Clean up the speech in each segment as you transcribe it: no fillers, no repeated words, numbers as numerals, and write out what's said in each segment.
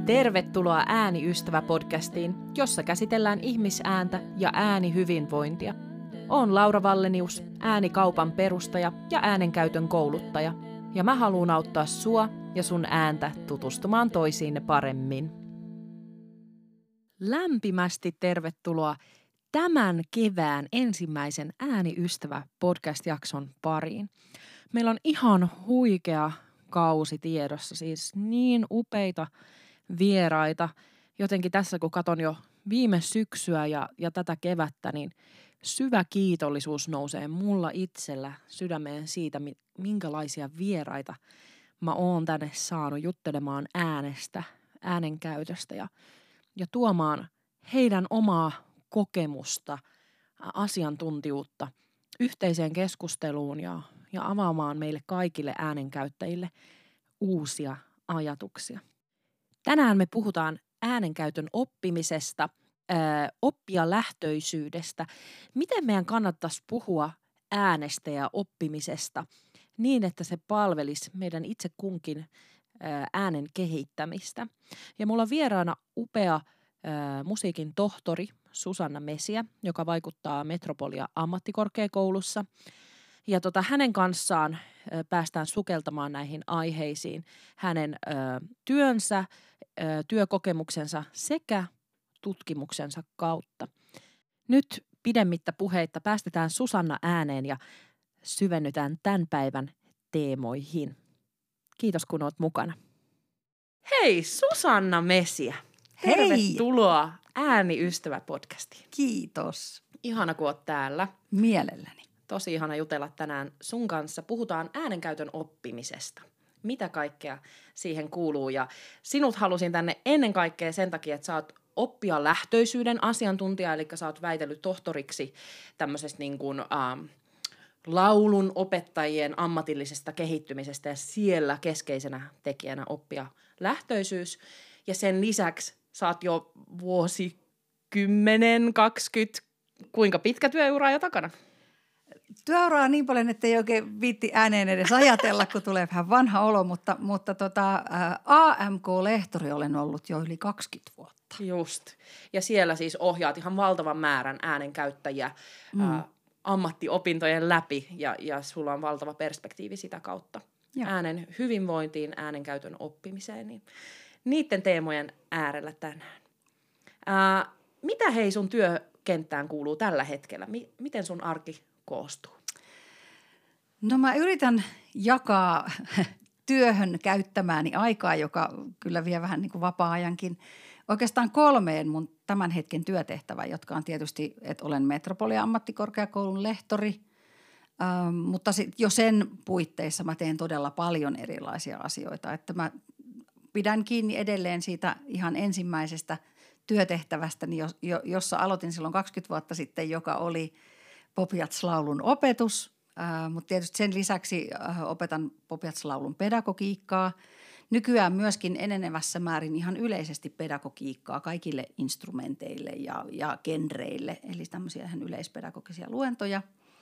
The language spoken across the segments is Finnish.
Tervetuloa Ääniystävä-podcastiin, jossa käsitellään ihmisääntä ja äänihyvinvointia. Olen Laura Vallenius, äänikaupan perustaja ja äänenkäytön kouluttaja, ja mä haluan auttaa sua ja sun ääntä tutustumaan toisiinne paremmin. Lämpimästi tervetuloa tämän kevään ensimmäisen Ääniystävä-podcast-jakson pariin. Meillä on ihan huikea kausi tiedossa, siis niin upeita vieraita. Jotenkin tässä kun katson jo viime syksyä ja tätä kevättä, niin syvä kiitollisuus nousee mulla itsellä sydämeen siitä, minkälaisia vieraita mä oon tänne saanut juttelemaan äänestä, äänenkäytöstä ja tuomaan heidän omaa kokemusta, asiantuntijuutta yhteiseen keskusteluun ja avaamaan meille kaikille äänenkäyttäjille uusia ajatuksia. Tänään me puhutaan äänenkäytön oppimisesta, oppijalähtöisyydestä. Miten meidän kannattaisi puhua äänestä ja oppimisesta niin, että se palvelisi meidän itse kunkin äänen kehittämistä. Ja mulla on vieraana upea musiikin tohtori Susanna Mesiä, joka vaikuttaa Metropolia ammattikorkeakoulussa. Ja hänen kanssaan päästään sukeltamaan näihin aiheisiin hänen työnsä, työkokemuksensa sekä tutkimuksensa kautta. Nyt pidemmittä puheitta päästetään Susanna ääneen ja syvennytään tämän päivän teemoihin. Kiitos kun oot mukana. Hei Susanna Mesiä! Hei! Tervetuloa Ääniystävä-podcastiin. Kiitos. Ihana kun oot täällä. Mielelläni. Tosi ihana jutella tänään sun kanssa. Puhutaan äänenkäytön oppimisesta. Mitä kaikkea siihen kuuluu? Ja sinut halusin tänne ennen kaikkea sen takia, että sä oot oppijalähtöisyyden asiantuntija, eli sä oot väitellyt tohtoriksi tämmöisestä niin kuin, laulun opettajien ammatillisesta kehittymisestä ja siellä keskeisenä tekijänä oppijalähtöisyys. Ja sen lisäksi sä oot jo vuosikymmenen, 20, kuinka pitkä työura jo takana? Työuraa on niin paljon, että ei oikein viitti ääneen edes ajatella, kun tulee vähän vanha olo, mutta AMK-lehtori olen ollut jo yli 20 vuotta. Just. Ja siellä siis ohjaat ihan valtavan määrän äänenkäyttäjiä ammattiopintojen läpi ja sulla on valtava perspektiivi sitä kautta. Ja äänen hyvinvointiin, äänenkäytön oppimiseen, niin niiden teemojen äärellä tänään. Mitä hei sun työkenttään kuuluu tällä hetkellä? Miten sun arki koostuu? No mä yritän jakaa työhön käyttämääni aikaa, joka kyllä vie vähän niin kuin vapaa-ajankin. Oikeastaan 3 mun tämän hetken työtehtävä, jotka on tietysti, että olen Metropolia ammattikorkeakoulun lehtori, mutta jo sen puitteissa mä teen todella paljon erilaisia asioita, että mä pidän kiinni edelleen siitä ihan ensimmäisestä työtehtävästäni, jossa aloitin silloin 20 vuotta sitten, joka oli Popiats-laulun opetus, mutta tietysti sen lisäksi opetan Popiats-laulun pedagogiikkaa. Nykyään myöskin enenevässä määrin ihan yleisesti pedagogiikkaa kaikille instrumenteille ja genreille, eli tämmöisiä ihan yleispedagogisia luentoja.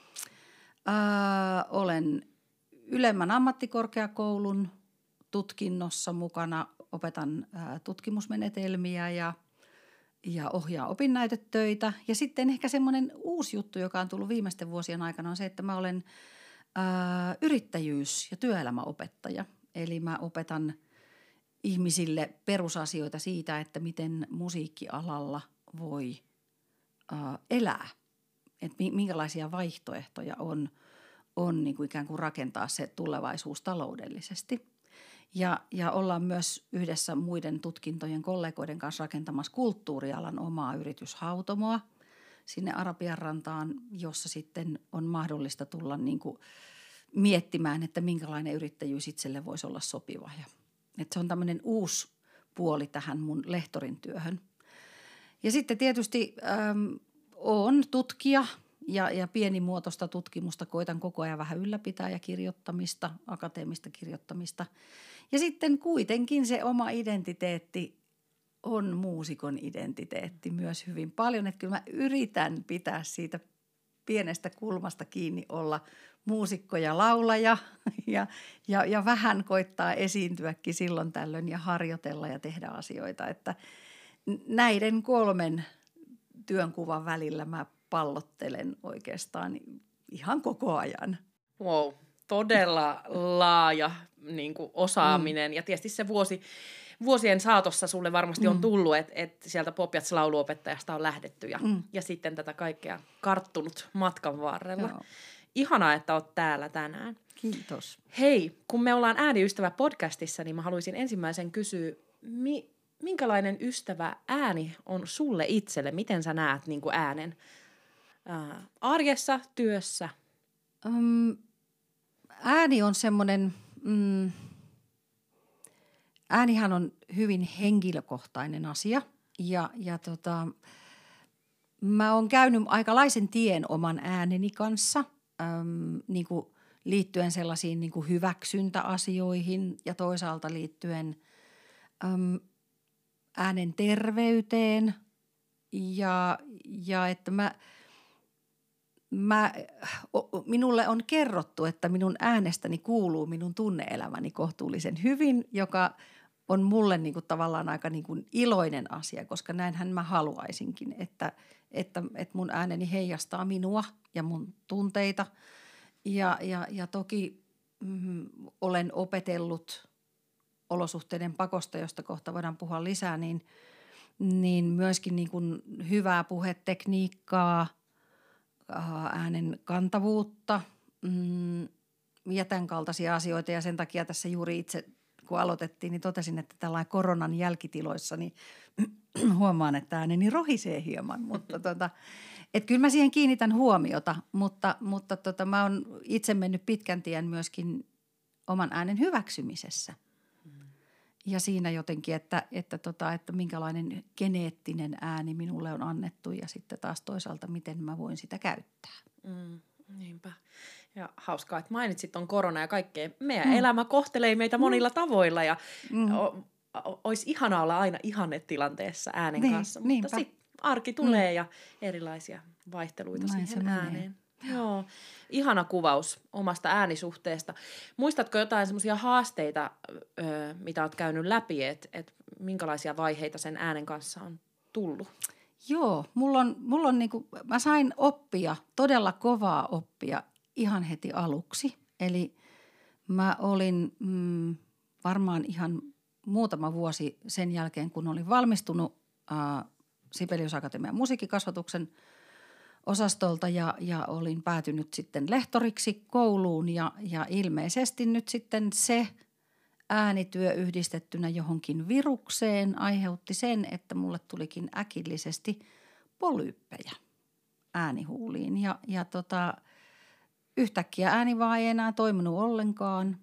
Olen ylemmän ammattikorkeakoulun tutkinnossa mukana, opetan tutkimusmenetelmiä ja ohjaa opinnäytetöitä. Ja sitten ehkä semmoinen uusi juttu, joka on tullut viimeisten vuosien aikana, on se, että mä olen yrittäjyys- ja työelämäopettaja. Eli mä opetan ihmisille perusasioita siitä, että miten musiikkialalla voi elää. Että minkälaisia vaihtoehtoja on niin kuin ikään kuin rakentaa se tulevaisuus taloudellisesti. Ja ollaan myös yhdessä muiden tutkintojen kollegoiden kanssa rakentamassa kulttuurialan omaa yrityshautomoa sinne Arabianrantaan, jossa sitten on mahdollista tulla niin kuin miettimään, että minkälainen yrittäjyys itselle voisi olla sopiva. Että se on tämmöinen uusi puoli tähän mun lehtorin työhön. Ja sitten tietysti olen tutkija ja pienimuotoista tutkimusta koitan koko ajan vähän ylläpitää ja kirjoittamista, akateemista kirjoittamista. Ja sitten kuitenkin se oma identiteetti on muusikon identiteetti myös hyvin paljon. Että kyllä mä yritän pitää siitä pienestä kulmasta kiinni olla muusikko ja laulaja ja vähän koittaa esiintyäkin silloin tällöin ja harjoitella ja tehdä asioita. Että näiden 3 työnkuvan välillä mä pallottelen oikeastaan ihan koko ajan. Wow, todella laaja niin kuin osaaminen ja tietysti se vuosien saatossa sulle varmasti on tullut, että sieltä Pop-Jazz-lauluopettajasta on lähdetty ja sitten tätä kaikkea karttunut matkan varrella. Joo. Ihanaa, että oot täällä tänään. Kiitos. Hei, kun me ollaan Ääniystävä podcastissa, niin mä haluaisin ensimmäisen kysyä, minkälainen ystävä ääni on sulle itselle? Miten sä näet niin kuin äänen arjessa, työssä? Ääni on semmoinen, äänihän on hyvin henkilökohtainen asia ja mä oon käynyt aikalaisen tien oman ääneni kanssa niin kuin liittyen sellaisiin niin kuin hyväksyntäasioihin ja toisaalta liittyen äänen terveyteen ja että minulle on kerrottu, että minun äänestäni kuuluu minun tunne-elämäni kohtuullisen hyvin, joka on mulle niin kuin tavallaan aika niin kuin iloinen asia, koska näinhän mä haluaisinkin, että mun ääneni heijastaa minua ja mun tunteita. Ja toki olen opetellut olosuhteiden pakosta, josta kohta voidaan puhua lisää, niin myöskin niin kuin hyvää puhetekniikkaa, äänen kantavuutta ja tämän kaltaisia asioita. Ja sen takia tässä juuri itse, kun aloitettiin, niin totesin, että tällainen koronan jälkitiloissa, niin huomaan, että ääneni rohisee hieman. Mutta että kyllä mä siihen kiinnitän huomiota, mutta mä oon itse mennyt pitkän tien myöskin oman äänen hyväksymisessä. Ja siinä jotenkin, että minkälainen geneettinen ääni minulle on annettu ja sitten taas toisaalta, miten mä voin sitä käyttää. Niinpä. Ja hauskaa, että mainitsit ton korona ja kaikkea. Meidän elämä kohtelee meitä monilla tavoilla ja olisi ihanaa olla aina ihannetilanteessa äänen kanssa. Mutta sitten arki tulee ja erilaisia vaihteluita näin siihen ääneen. Joo, ihana kuvaus omasta äänisuhteesta. Muistatko jotain semmoisia haasteita, mitä olet käynyt läpi, että minkälaisia vaiheita sen äänen kanssa on tullut? Joo, mulla on niinku, mä sain oppia, todella kovaa oppia ihan heti aluksi. Eli mä olin varmaan ihan muutama vuosi sen jälkeen, kun olin valmistunut Sibelius Akatemian musiikkikasvatuksen osastolta ja olin päätynyt sitten lehtoriksi kouluun ja ilmeisesti nyt sitten se äänityö yhdistettynä johonkin virukseen aiheutti sen, että mulle tulikin äkillisesti polyyppejä äänihuuliin ja yhtäkkiä ääni vaan ei enää toiminut ollenkaan.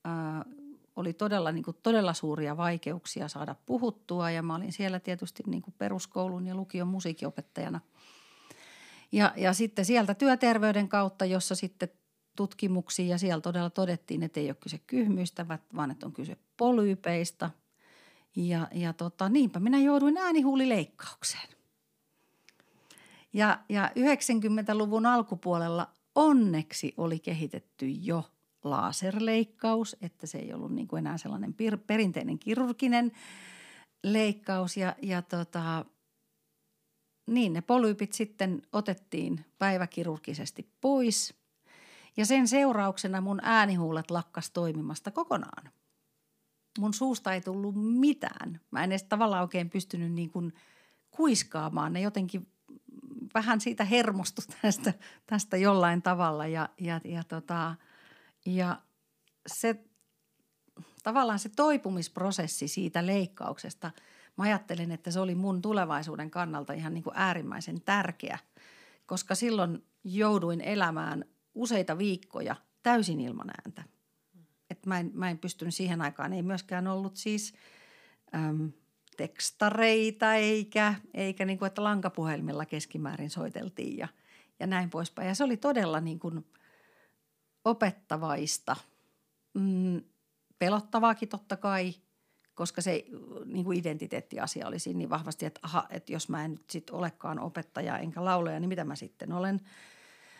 Oli todella suuria vaikeuksia saada puhuttua ja mä olin siellä tietysti niin kuin peruskoulun ja lukion musiikinopettajana. Ja sitten sieltä työterveyden kautta, jossa sitten tutkimuksia ja siellä todella todettiin, että ei ole kyse kyhmyistä, vaan että on kyse polyypeista. Ja niinpä minä jouduin äänihuulileikkaukseen. Ja 90-luvun alkupuolella onneksi oli kehitetty jo laserleikkaus, että se ei ollut niin kuin enää sellainen perinteinen kirurginen leikkaus niin ne polyypit sitten otettiin päiväkirurgisesti pois ja sen seurauksena mun äänihuulet lakkas toimimasta kokonaan. Mun suusta ei tullut mitään. Mä en edes tavallaan oikein pystynyt niin kuin kuiskaamaan. Ne jotenkin vähän siitä hermostui tästä jollain tavalla ja se tavallaan se toipumisprosessi siitä leikkauksesta, mä ajattelen, että se oli mun tulevaisuuden kannalta ihan niin kuin äärimmäisen tärkeä, koska silloin jouduin elämään useita viikkoja täysin ilman ääntä. Et mä en pystynyt siihen aikaan, ei myöskään ollut siis tekstareita eikä niin kuin, että lankapuhelimella keskimäärin soiteltiin ja näin poispäin. Ja se oli todella niin kuin opettavaista, pelottavaakin totta kai, koska se niin kuin identiteettiasia oli siinä niin vahvasti, että jos mä en nyt sitten olekaan opettaja enkä laulaja, niin mitä mä sitten olen.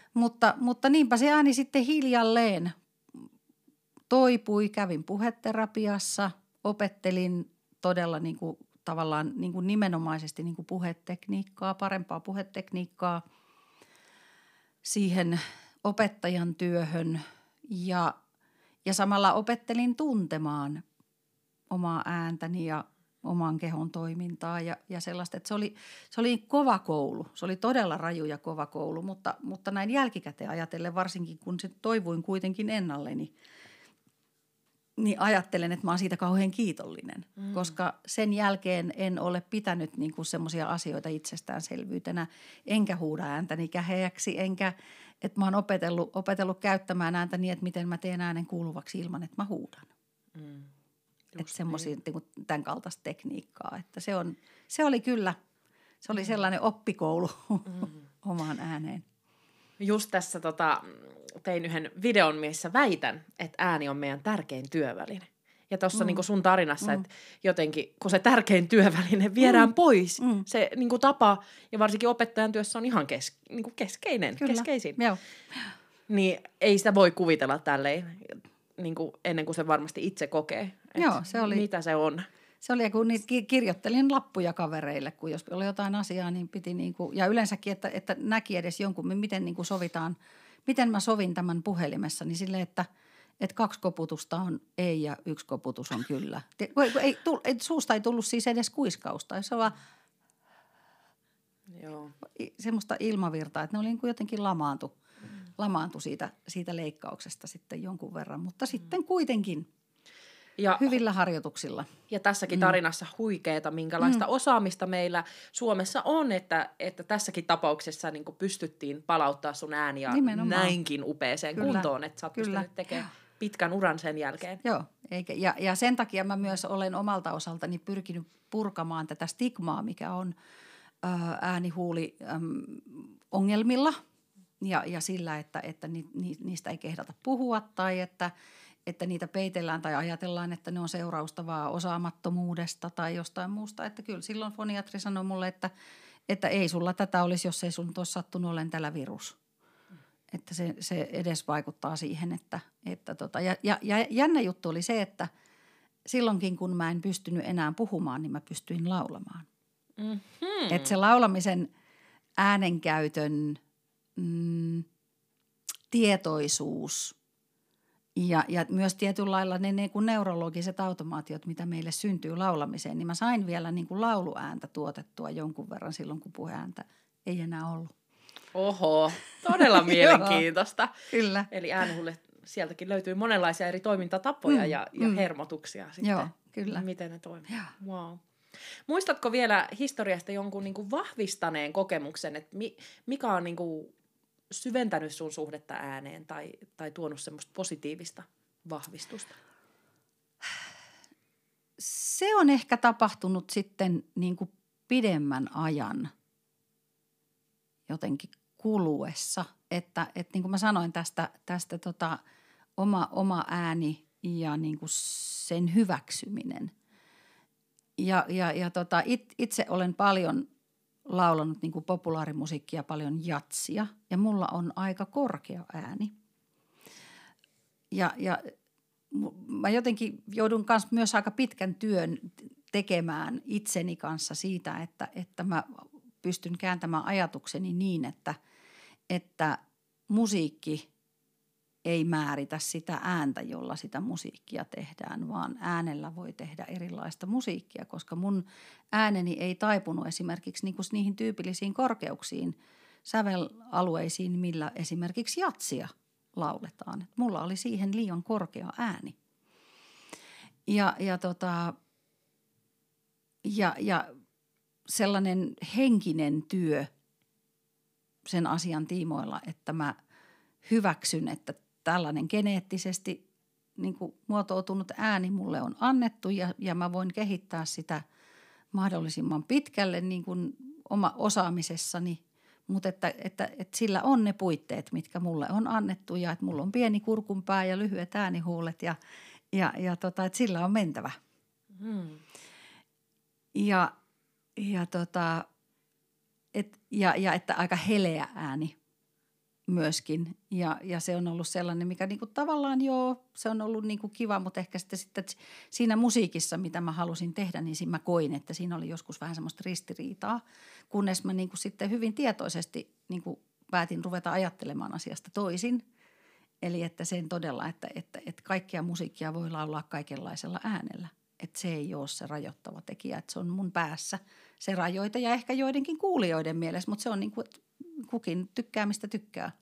Mutta niinpä se ääni sitten hiljalleen toipui. Kävin puheterapiassa, opettelin todella niin kuin tavallaan niin kuin nimenomaisesti niin kuin puhetekniikkaa, parempaa puhetekniikkaa siihen opettajan työhön ja samalla opettelin tuntemaan omaa ääntäni ja oman kehon toimintaa ja sellaista, että se oli kova koulu. Se oli todella raju ja kova koulu, mutta näin jälkikäteen ajatellen, varsinkin kun se toivuin kuitenkin ennalleni, niin ajattelen, että mä oon siitä kauhean kiitollinen, koska sen jälkeen en ole pitänyt niin kuin semmoisia asioita itsestäänselvyytenä, enkä huuda ääntäni käheäksi, että mä oon opetellut käyttämään ääntä niin, että miten mä teen äänen kuuluvaksi ilman, että mä huudan. Että semmoisia niin tämän kaltaista tekniikkaa, että se oli kyllä, se oli sellainen oppikoulu omaan ääneen. Just tässä tein yhden videon, missä väitän, että ääni on meidän tärkein työväline. Ja tuossa niin sun tarinassa, että jotenkin kun se tärkein työväline viedään pois, se niin tapa ja varsinkin opettajan työssä on ihan keskeinen, keskeisin. Joo. Niin ei sitä voi kuvitella tälleen niin ennen kuin se varmasti itse kokee, Joo, se oli, mitä se on. Se oli, kun kirjoittelin lappuja kavereille, kun jos oli jotain asiaa, niin piti ja yleensäkin, että näki edes jonkun, miten sovitaan, miten mä sovin tämän puhelimessa, niin silleen, että 2 koputusta on ei ja 1 koputus on kyllä. Suusta ei tullut siis edes kuiskausta, se on Joo. semmoista ilmavirtaa, että ne oli jotenkin lamaantu siitä leikkauksesta sitten jonkun verran, mutta sitten kuitenkin ja hyvillä harjoituksilla. Ja tässäkin tarinassa huikeeta, minkälaista osaamista meillä Suomessa on, että tässäkin tapauksessa niin pystyttiin palauttaa sun ääniä näinkin upeeseen kuntoon, että sä oot pystynyt tekemään pitkän uran sen jälkeen. Joo, ja sen takia mä myös olen omalta osaltani pyrkinyt purkamaan tätä stigmaa, mikä on äänihuuli ongelmilla ja sillä, että niistä ei kehdata puhua tai että niitä peitellään tai ajatellaan, että ne on seurausta vaan osaamattomuudesta tai jostain muusta. Että kyllä silloin foniatri sanoi mulle, että ei sulla tätä olisi, jos ei sun olisi sattunut olemaan tällä virus. Että se edes vaikuttaa siihen, ja jännä juttu oli se, että silloinkin kun mä en pystynyt enää puhumaan, niin mä pystyin laulamaan. Että se laulamisen äänenkäytön tietoisuus ja myös tietyllä lailla ne neurologiset automaatiot, mitä meille syntyy laulamiseen, niin mä sain vielä niin kuin lauluääntä tuotettua jonkun verran silloin, kun puheääntä ei enää ollut. Oho, todella mielenkiintoista. Kyllä. Eli äänihulle sieltäkin löytyy monenlaisia eri toimintatapoja ja hermotuksia sitten. Joo, kyllä. Miten ne toimii. Wow. Muistatko vielä historiasta jonkun niin kuin vahvistaneen kokemuksen, että mikä on niin kuin syventänyt sun suhdetta ääneen tai tuonut semmoista positiivista vahvistusta? Se on ehkä tapahtunut sitten niin kuin pidemmän ajan jotenkin kuluessa, että niin kuin mä sanoin tästä oma ääni ja niin kuin sen hyväksyminen. Itse olen paljon laulanut niin kuin populaarimusiikkia, paljon jatsia ja mulla on aika korkea ääni. Ja mä jotenkin joudun kanssa myös aika pitkän työn tekemään itseni kanssa siitä, että mä pystyn kääntämään ajatukseni niin, että musiikki ei määritä sitä ääntä, jolla sitä musiikkia tehdään, vaan äänellä voi tehdä erilaista musiikkia, koska mun ääneni ei taipunut esimerkiksi niihin tyypillisiin korkeuksiin, sävelalueisiin, millä esimerkiksi jatsia lauletaan. Mulla oli siihen liian korkea ääni. Ja sellainen henkinen työ sen asian tiimoilla, että mä hyväksyn, että tällainen geneettisesti niin kuin muotoutunut ääni mulle on annettu ja mä voin kehittää sitä mahdollisimman pitkälle niin kuin oma osaamisessani, mutta että sillä on ne puitteet, mitkä mulle on annettu ja että mulla on pieni kurkunpää ja lyhyet äänihuulet ja että sillä on mentävä. Ja että aika heleä ääni myöskin. Ja se on ollut sellainen, mikä niinku tavallaan se on ollut niinku kiva, mutta ehkä sitten siinä musiikissa, mitä mä halusin tehdä, niin siinä mä koin, että siinä oli joskus vähän semmoista ristiriitaa, kunnes mä niinku sitten hyvin tietoisesti niinku päätin ruveta ajattelemaan asiasta toisin. Eli että sen todella, että kaikkia musiikkia voi laulaa kaikenlaisella äänellä. Että se ei ole se rajoittava tekijä, että se on mun päässä se rajoite ja ehkä joidenkin kuulijoiden mielessä, mutta se on niin kuin, kukin tykkää mistä tykkää.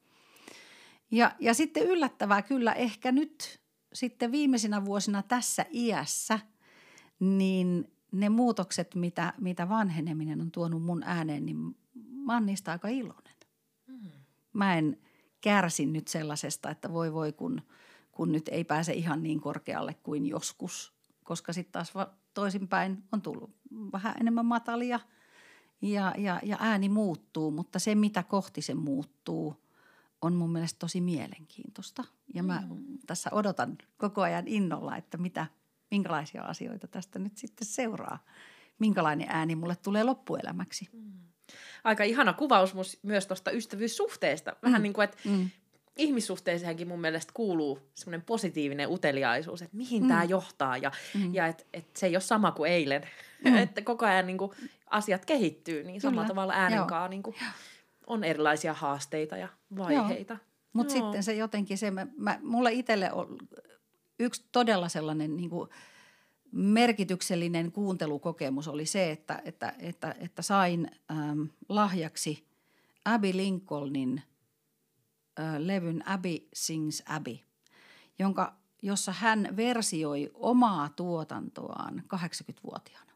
Ja sitten yllättävää kyllä ehkä nyt sitten viimeisinä vuosina tässä iässä, niin ne muutokset, mitä vanheneminen on tuonut mun ääneen, niin mä oon niistä aika iloinen. Mä en kärsin nyt sellaisesta, että voi kun nyt ei pääse ihan niin korkealle kuin joskus, koska sitten taas toisinpäin on tullut vähän enemmän matalia ja ääni muuttuu, mutta se mitä kohti se muuttuu on mun mielestä tosi mielenkiintoista. Ja mä tässä odotan koko ajan innolla, että minkälaisia asioita tästä nyt sitten seuraa. Minkälainen ääni mulle tulee loppuelämäksi. Aika ihana kuvaus myös tuosta ystävyyssuhteesta. Vähän niin kuin, että ihmissuhteeseenkin mun mielestä kuuluu semmoinen positiivinen uteliaisuus, että mihin tämä johtaa ja että se ei ole sama kuin eilen. Että koko ajan niin kuin asiat kehittyy, niin samalla tavalla äänenkaan niin kuin on erilaisia haasteita ja vaiheita. Mutta sitten se jotenkin, mulle itselle on yksi todella sellainen niin kuin merkityksellinen kuuntelukokemus oli se, että sain lahjaksi Abbey Lincolnin levyn Abby Sings Abby, jossa hän versioi omaa tuotantoaan 80-vuotiaana.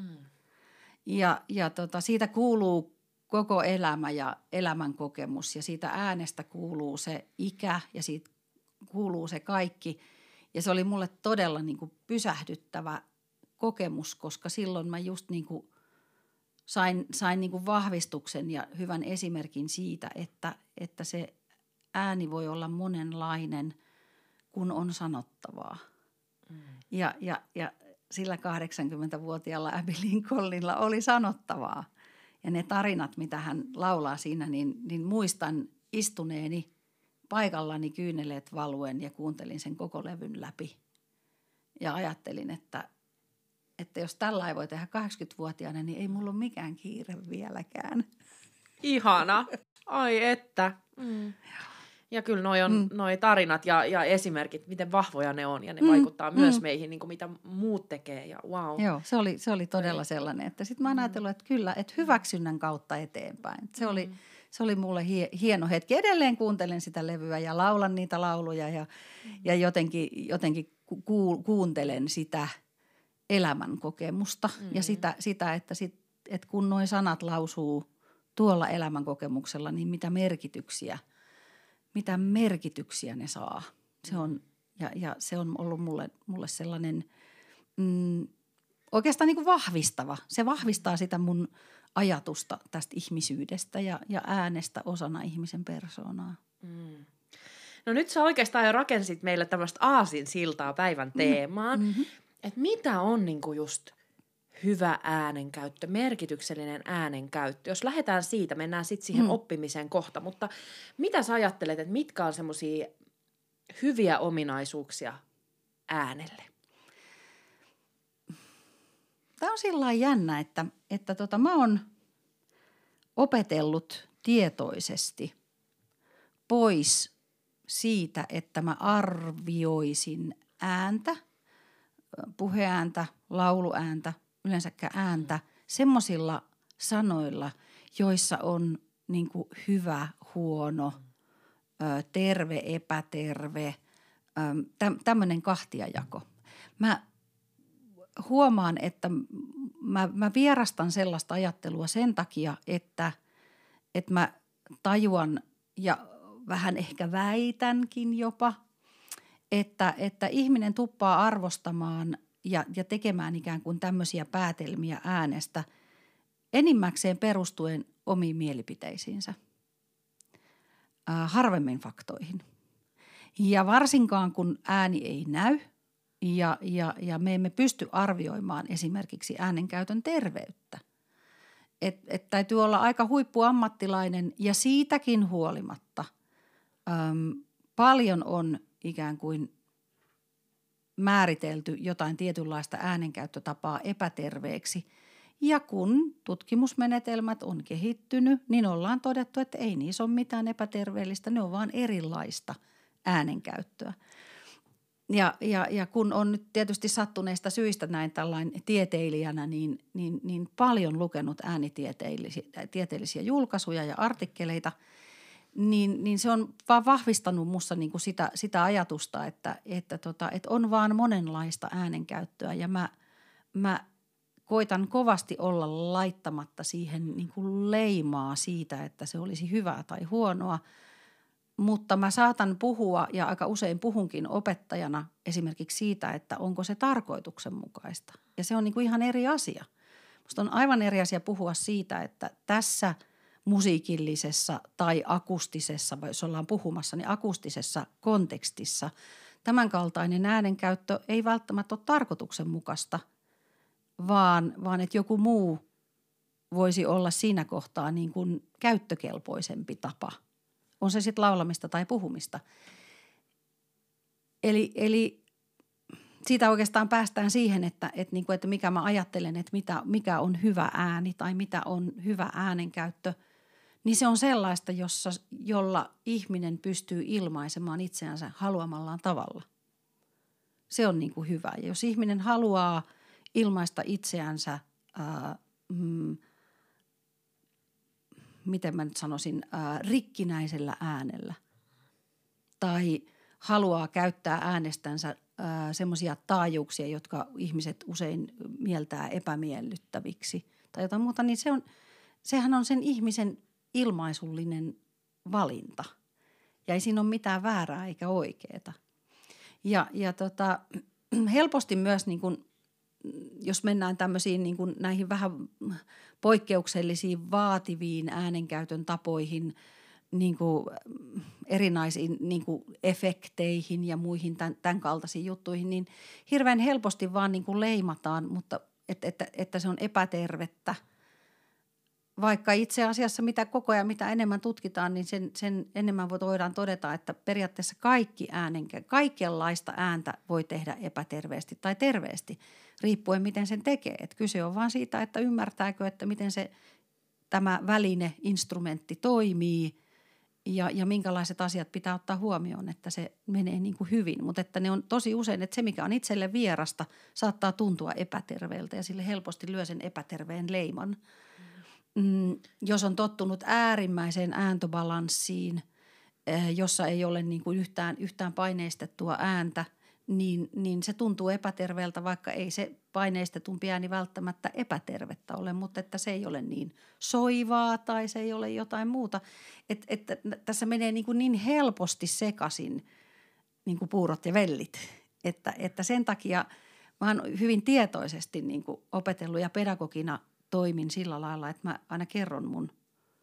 Ja siitä kuuluu koko elämä ja elämän kokemus ja siitä äänestä kuuluu se ikä ja siitä kuuluu se kaikki. Ja se oli mulle todella niin kuin pysähdyttävä kokemus, koska silloin mä just niin kuin sain niin kuin vahvistuksen ja hyvän esimerkin siitä, että se ääni voi olla monenlainen, kun on sanottavaa. Ja sillä 80-vuotiaalla Abbey Lincolnilla oli sanottavaa. Ja ne tarinat, mitä hän laulaa siinä, niin muistan istuneeni paikallani kyyneleet valuen ja kuuntelin sen koko levyn läpi. Ja ajattelin, että jos tällä ei voi tehdä 80-vuotiaana, niin ei mulla ole mikään kiire vieläkään. Ihana. Ai että. Ja kyllä noi tarinat ja esimerkit, miten vahvoja ne on ja ne vaikuttaa myös meihin, niin kuin mitä muut tekee ja wow. Joo, se oli todella sellainen, että sitten mä oon ajatellut, että kyllä, että hyväksynnän kautta eteenpäin. Se oli mulle hieno hetki. Edelleen kuuntelen sitä levyä ja laulan niitä lauluja ja jotenkin kuuntelen sitä elämän kokemusta ja sitä että kun nuo sanat lausuu tuolla elämän kokemuksella, niin mitä merkityksiä ne saa. Se on, ja se on ollut mulle sellainen oikeastaan niin kuin vahvistava. Se vahvistaa sitä mun ajatusta tästä ihmisyydestä ja äänestä osana ihmisen persoonaa. No nyt sä oikeastaan jo rakensit meille tämmöistä aasinsiltaa päivän teemaan. Että mitä on niinku just hyvä äänenkäyttö, merkityksellinen äänenkäyttö. Jos lähdetään siitä, mennään sitten siihen oppimiseen kohta. Mutta mitä sä ajattelet, että mitkä on semmoisia hyviä ominaisuuksia äänelle? Tämä on sillä jännä, että mä oon opetellut tietoisesti pois siitä, että mä arvioisin ääntä, puheääntä, lauluääntä, yleensäkään ääntä semmoisilla sanoilla, joissa on niin kuin hyvä, huono, terve, epäterve, tämmöinen kahtiajako. Mä huomaan, että mä vierastan sellaista ajattelua sen takia, että mä tajuan ja vähän ehkä väitänkin jopa, että ihminen tuppaa arvostamaan ja tekemään ikään kuin tämmöisiä päätelmiä äänestä enimmäkseen perustuen omiin mielipiteisiinsä, harvemmin faktoihin. Ja varsinkaan kun ääni ei näy ja me emme pysty arvioimaan esimerkiksi äänenkäytön terveyttä. Et täytyy olla aika huippuammattilainen ja siitäkin huolimatta paljon on ikään kuin määritelty jotain tietynlaista äänenkäyttötapaa epäterveeksi. Ja kun tutkimusmenetelmät on kehittynyt, niin ollaan todettu, että ei niissä ole mitään epäterveellistä, ne on vaan erilaista äänenkäyttöä. Ja kun on nyt tietysti sattuneista syistä näin tällainen tieteilijänä, niin paljon lukenut äänitieteellisiä julkaisuja ja artikkeleita, niin se on vaan vahvistanut musta niin kuin sitä ajatusta, että on vaan monenlaista äänenkäyttöä ja mä koitan kovasti olla laittamatta siihen niin kuin leimaa siitä, että se olisi hyvää tai huonoa, mutta mä saatan puhua ja aika usein puhunkin opettajana esimerkiksi siitä, että onko se tarkoituksenmukaista. Ja se on niin kuin ihan eri asia. Musta on aivan eri asia puhua siitä, että tässä musiikillisessa tai akustisessa, vai jos ollaan puhumassa, niin akustisessa kontekstissa tämänkaltainen äänenkäyttö ei välttämättä ole tarkoituksenmukaista, vaan että joku muu voisi olla siinä kohtaa niin kuin käyttökelpoisempi tapa. On se sitten laulamista tai puhumista. Eli siitä oikeastaan päästään siihen, että mikä mä ajattelen, että mikä on hyvä ääni tai mitä on hyvä äänenkäyttö, niin se on sellaista, jolla ihminen pystyy ilmaisemaan itseänsä haluamallaan tavalla. Se on niin kuin hyvä. Ja jos ihminen haluaa ilmaista itseänsä, miten mä nyt sanoisin, rikkinäisellä äänellä tai haluaa käyttää äänestänsä semmoisia taajuuksia, jotka ihmiset usein mieltää epämiellyttäviksi tai jotain muuta, niin sehän on sen ihmisen ilmaisullinen valinta. Ja ei siinä ole mitään väärää eikä oikeeta. Ja helposti myös niin kuin, jos mennään tämmöisiin niin kuin näihin vähän poikkeuksellisiin vaativiin äänenkäytön tapoihin, niin kuin erinäisiin niin kuin efekteihin ja muihin tämän kaltaisiin juttuihin, niin hirveän helposti vaan niin kuin leimataan, mutta että se on epätervettä. Vaikka itse asiassa mitä enemmän tutkitaan, niin sen enemmän voidaan todeta, että periaatteessa kaikenlaista ääntä voi tehdä epäterveesti tai terveesti, riippuen miten sen tekee. Et kyse on vaan siitä, että ymmärtääkö, että miten tämä väline, instrumentti toimii ja minkälaiset asiat pitää ottaa huomioon, että se menee niin kuin hyvin. Mutta että ne on tosi usein, että se mikä on itselle vierasta saattaa tuntua epäterveeltä ja sille helposti lyö sen epäterveen leiman. Jos on tottunut äärimmäiseen ääntöbalanssiin, jossa ei ole niin kuin yhtään paineistettua ääntä, niin se tuntuu epäterveeltä, vaikka ei se paineistetumpi ääni välttämättä epätervettä ole, mutta että se ei ole niin soivaa tai se ei ole jotain muuta. Että tässä menee niin helposti sekaisin niin kuin puurot ja vellit, että sen takia mä oon hyvin tietoisesti niin kuin opetellut ja pedagogina toimin sillä lailla, että mä aina kerron mun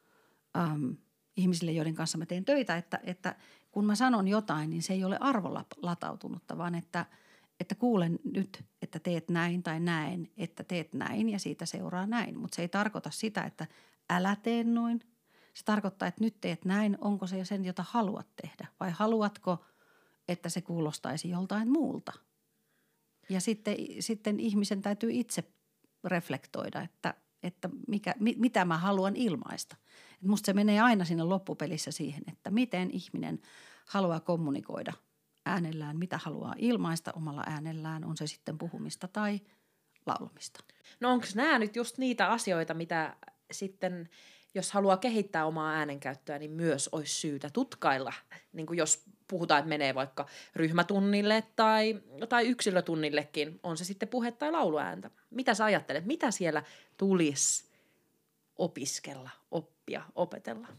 ihmisille, joiden kanssa mä teen töitä, että kun mä sanon jotain, niin se ei ole arvolatautunutta, vaan että kuulen nyt, että teet näin tai näen, että teet näin ja siitä seuraa näin. Mutta se ei tarkoita sitä, että älä tee noin. Se tarkoittaa, että nyt teet näin, onko se sen, jota haluat tehdä vai haluatko, että se kuulostaisi joltain muulta. Ja sitten ihmisen täytyy itse reflektoida, että mitä mä haluan ilmaista. Et musta se menee aina sinne loppupelissä siihen, että miten ihminen haluaa kommunikoida äänellään, mitä haluaa ilmaista omalla äänellään, on se sitten puhumista tai laulamista. No onko nämä nyt just niitä asioita, mitä sitten, jos haluaa kehittää omaa äänenkäyttöä, niin myös olisi syytä tutkailla, niin kuin jos puhutaan, että menee vaikka ryhmätunnille tai yksilötunnillekin, on se sitten puhe- tai lauluääntä. Mitä sä ajattelet, mitä siellä tulisi opiskella, oppia, opetella?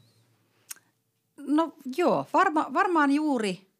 No joo, varmaan juuri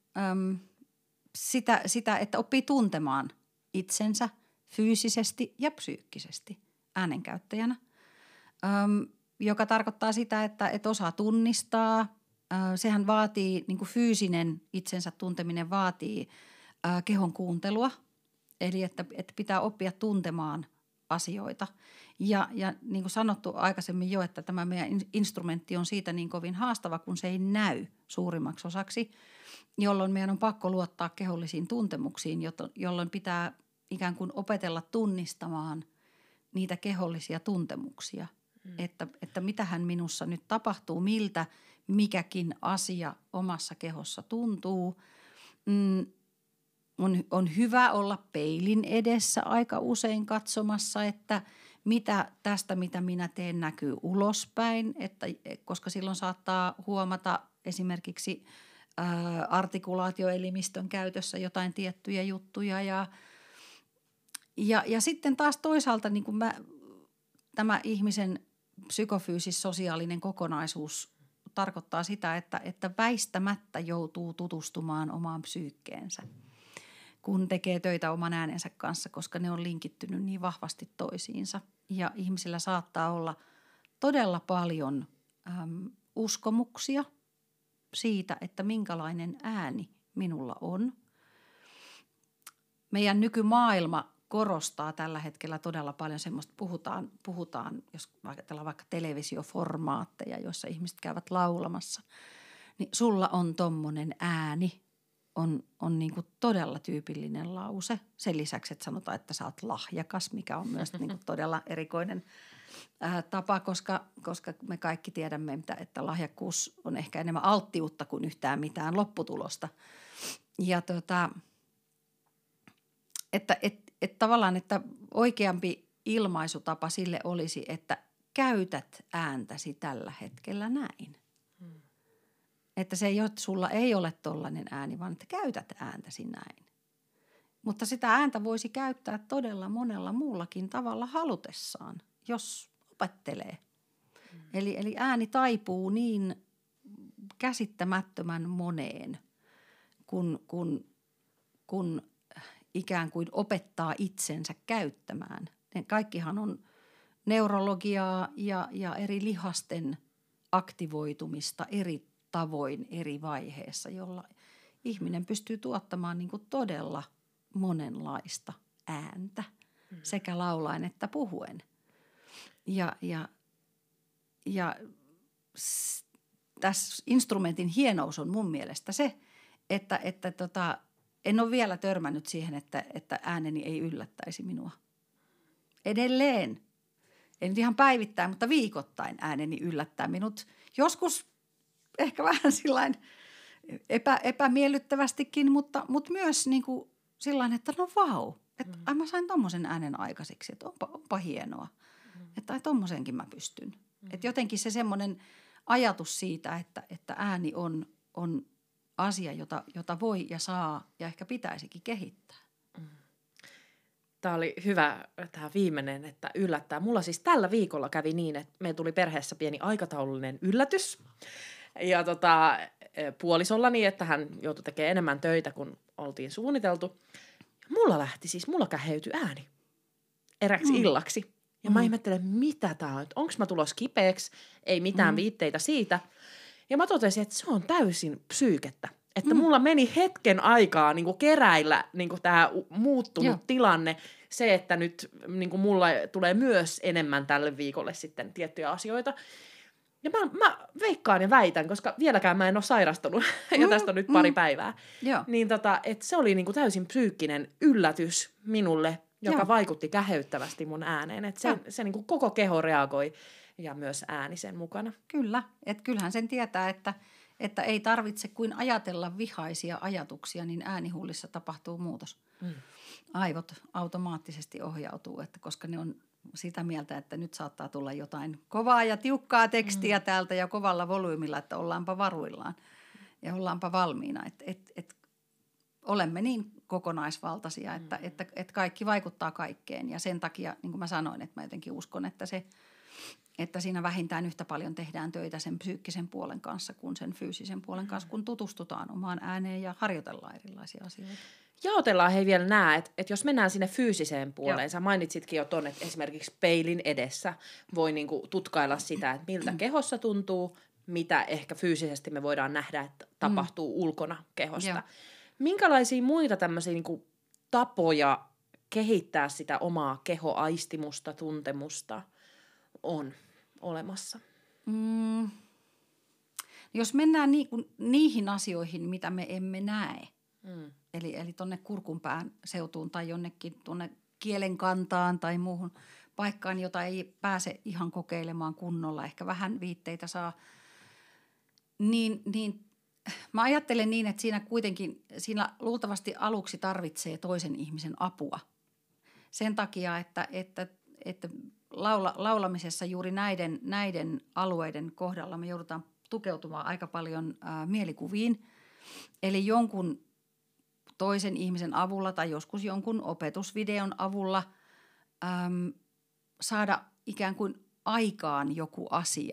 sitä, että oppii tuntemaan itsensä fyysisesti ja psyykkisesti äänenkäyttäjänä, joka tarkoittaa sitä, että osaa tunnistaa. Sehän vaatii, niin kuin fyysinen itsensä tunteminen vaatii kehon kuuntelua, eli että pitää oppia tuntemaan asioita. Ja niin kuin sanottu aikaisemmin jo, että tämä meidän instrumentti on siitä niin kovin haastava, kun se ei näy suurimmaksi osaksi, jolloin meidän on pakko luottaa kehollisiin tuntemuksiin, jolloin pitää ikään kuin opetella tunnistamaan niitä kehollisia tuntemuksia, että mitähän minussa nyt tapahtuu, miltä mikäkin asia omassa kehossa tuntuu. On hyvä olla peilin edessä aika usein katsomassa, että mitä minä teen näkyy ulospäin, koska silloin saattaa huomata esimerkiksi artikulaatioelimistön käytössä jotain tiettyjä juttuja ja sitten taas toisaalta niin kuin tämä ihmisen psykofyysis-sosiaalinen kokonaisuus tarkoittaa sitä, että väistämättä joutuu tutustumaan omaan psyykkeensä, kun tekee töitä oman äänensä kanssa, koska ne on linkittynyt niin vahvasti toisiinsa. Ja ihmisillä saattaa olla todella paljon uskomuksia siitä, että minkälainen ääni minulla on. Meidän nykymaailma korostaa tällä hetkellä todella paljon semmoista, puhutaan, jos ajatellaan vaikka televisioformaatteja, joissa ihmiset käyvät laulamassa, niin sulla on tommonen ääni, on niin kuin todella tyypillinen lause. Sen lisäksi, että sanotaan, että sä oot lahjakas, mikä on myös niin kuin todella erikoinen tapa, koska me kaikki tiedämme, että lahjakkuus on ehkä enemmän alttiutta kuin yhtään mitään lopputulosta. Ja että tavallaan, että oikeampi ilmaisutapa sille olisi, että käytät ääntäsi tällä hetkellä näin. Että se ei ole, sulla ei ole tollainen ääni, vaan että käytät ääntäsi näin. Mutta sitä ääntä voisi käyttää todella monella muullakin tavalla halutessaan, jos opettelee. Eli ääni taipuu niin käsittämättömän moneen, kun ikään kuin opettaa itsensä käyttämään. Ne kaikkihan on neurologiaa ja eri lihasten aktivoitumista eri tavoin eri vaiheessa, jolla ihminen pystyy tuottamaan niin kuin todella monenlaista ääntä sekä laulaen että puhuen. Ja tässä instrumentin hienous on mun mielestä se, että en ole vielä törmännyt siihen, että ääneni ei yllättäisi minua. Edelleen. En ihan päivittäin, mutta viikoittain ääneni yllättää minut. Joskus ehkä vähän sillain epämiellyttävästikin, mutta myös niin kuin sillain, että no vau, että mä sain tommosen äänen aikaiseksi, että onpa hienoa. Että tommosenkin mä pystyn. Että jotenkin se semmoinen ajatus siitä, että ääni on asia, jota voi ja saa ja ehkä pitäisikin kehittää. Tämä oli hyvä, tämä viimeinen, että yllättää. Mulla siis tällä viikolla kävi niin, että meillä tuli perheessä pieni aikataulullinen yllätys. Ja puolisollani, että hän joutui tekemään enemmän töitä, kuin oltiin suunniteltu. Mulla käheytyi ääni eräksi illaksi. Ja mä ihmettelen, mitä tää on. Onko mä tulos kipeäksi? Ei mitään viitteitä siitä. Ja mä totesin, että se on täysin psyykettä. Että mulla meni hetken aikaa niin kuin keräillä niin kuin tämä muuttunut tilanne. Se, että nyt niin kuin mulla tulee myös enemmän tälle viikolle sitten tiettyjä asioita. Ja mä veikkaan ja väitän, koska vieläkään mä en ole sairastunut, ja tästä on nyt pari päivää. Niin että se oli niin kuin täysin psyykkinen yllätys minulle, joka vaikutti käheyttävästi mun ääneen. Että se niin kuin koko keho reagoi ja myös ääni sen mukana. Kyllä, että kyllähän sen tietää, että ei tarvitse kuin ajatella vihaisia ajatuksia, niin äänihuulissa tapahtuu muutos. Aivot automaattisesti ohjautuu, että koska ne on sitä mieltä, että nyt saattaa tulla jotain kovaa ja tiukkaa tekstiä täältä ja kovalla volyymilla, että ollaanpa varuillaan ja ollaanpa valmiina. Että olemme niin kokonaisvaltaisia, että kaikki vaikuttaa kaikkeen ja sen takia, niin kuin mä sanoin, että mä jotenkin uskon, että siinä vähintään yhtä paljon tehdään töitä sen psyykkisen puolen kanssa kuin sen fyysisen puolen kanssa, kun tutustutaan omaan ääneen ja harjoitellaan erilaisia asioita. Jaotellaan vielä nämä, että jos mennään sinne fyysiseen puoleen, sä mainitsitkin jo tuonne, että esimerkiksi peilin edessä voi niinku tutkailla sitä, että miltä kehossa tuntuu, mitä ehkä fyysisesti me voidaan nähdä, että tapahtuu ulkona kehosta. Minkälaisia muita tämmöisiä niinku tapoja kehittää sitä omaa kehoaistimusta, tuntemusta on olemassa? Jos mennään niihin asioihin, mitä me emme näe, eli tuonne kurkunpään seutuun tai jonnekin tuonne kielen kantaan tai muuhun paikkaan, jota ei pääse ihan kokeilemaan kunnolla, ehkä vähän viitteitä saa, niin mä ajattelen niin, että siinä luultavasti aluksi tarvitsee toisen ihmisen apua. Sen takia, että laulamisessa juuri näiden alueiden kohdalla me joudutaan tukeutumaan aika paljon mielikuviin. Eli jonkun toisen ihmisen avulla tai joskus jonkun opetusvideon avulla saada ikään kuin aikaan joku asia.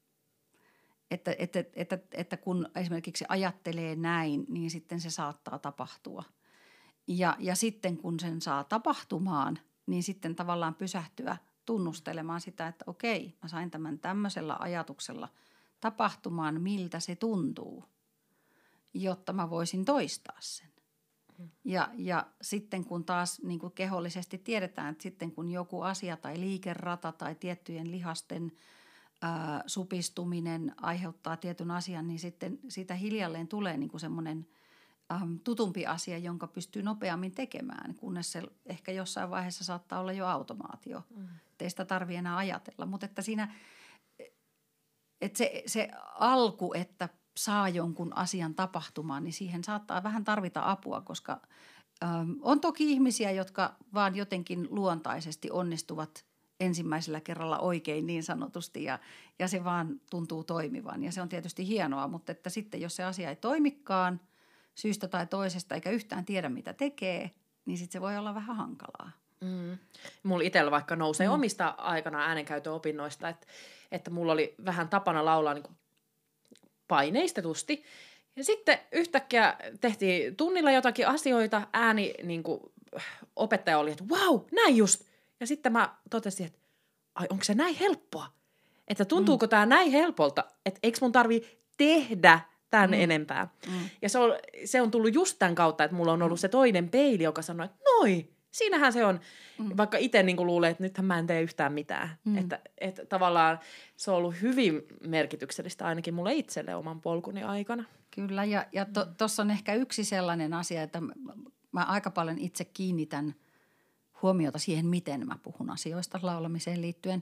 Että kun esimerkiksi ajattelee näin, niin sitten se saattaa tapahtua. Ja sitten kun sen saa tapahtumaan, niin sitten tavallaan pysähtyä tunnustelemaan sitä, että okei, mä sain tämän tämmöisellä ajatuksella tapahtumaan, miltä se tuntuu, jotta mä voisin toistaa sen. Ja sitten kun taas niin kuin kehollisesti tiedetään, että sitten kun joku asia tai liikerata tai tiettyjen lihasten supistuminen aiheuttaa tietyn asian, niin sitten siitä hiljalleen tulee niin kuin semmoinen tutumpi asia, jonka pystyy nopeammin tekemään, kunnes se ehkä jossain vaiheessa saattaa olla jo automaatio. Ei sitä tarvitse enää ajatella, mutta että siinä että se alku, että saa jonkun asian tapahtumaan, niin siihen saattaa vähän tarvita apua, koska on toki ihmisiä, jotka vaan jotenkin luontaisesti onnistuvat ensimmäisellä kerralla oikein niin sanotusti ja se vaan tuntuu toimivan ja se on tietysti hienoa, mutta että sitten jos se asia ei toimikaan syystä tai toisesta eikä yhtään tiedä mitä tekee, niin sitten se voi olla vähän hankalaa. Mulla itsellä vaikka nousee omista aikana äänenkäytön opinnoista, että mulla oli vähän tapana laulaa niin kuin paineistetusti. Ja sitten yhtäkkiä tehtiin tunnilla jotakin asioita, ääni niin kuin opettaja oli, että wow, näin just. Ja sitten mä totesin, että ai onko se näin helppoa? Että tuntuuko tämä näin helpolta, että eikö mun tarvii tehdä tämän enempää. Ja se on tullut just tämän kautta, että mulla on ollut se toinen peili, joka sanoi, että noi, siinähän se on. Vaikka itse niin kuin luulee, että nythän mä en tee yhtään mitään. Että tavallaan se on ollut hyvin merkityksellistä ainakin mulle itselle oman polkuni aikana. Kyllä, ja tuossa on ehkä yksi sellainen asia, että mä aika paljon itse kiinnitän huomiota siihen, miten mä puhun asioista laulamiseen liittyen.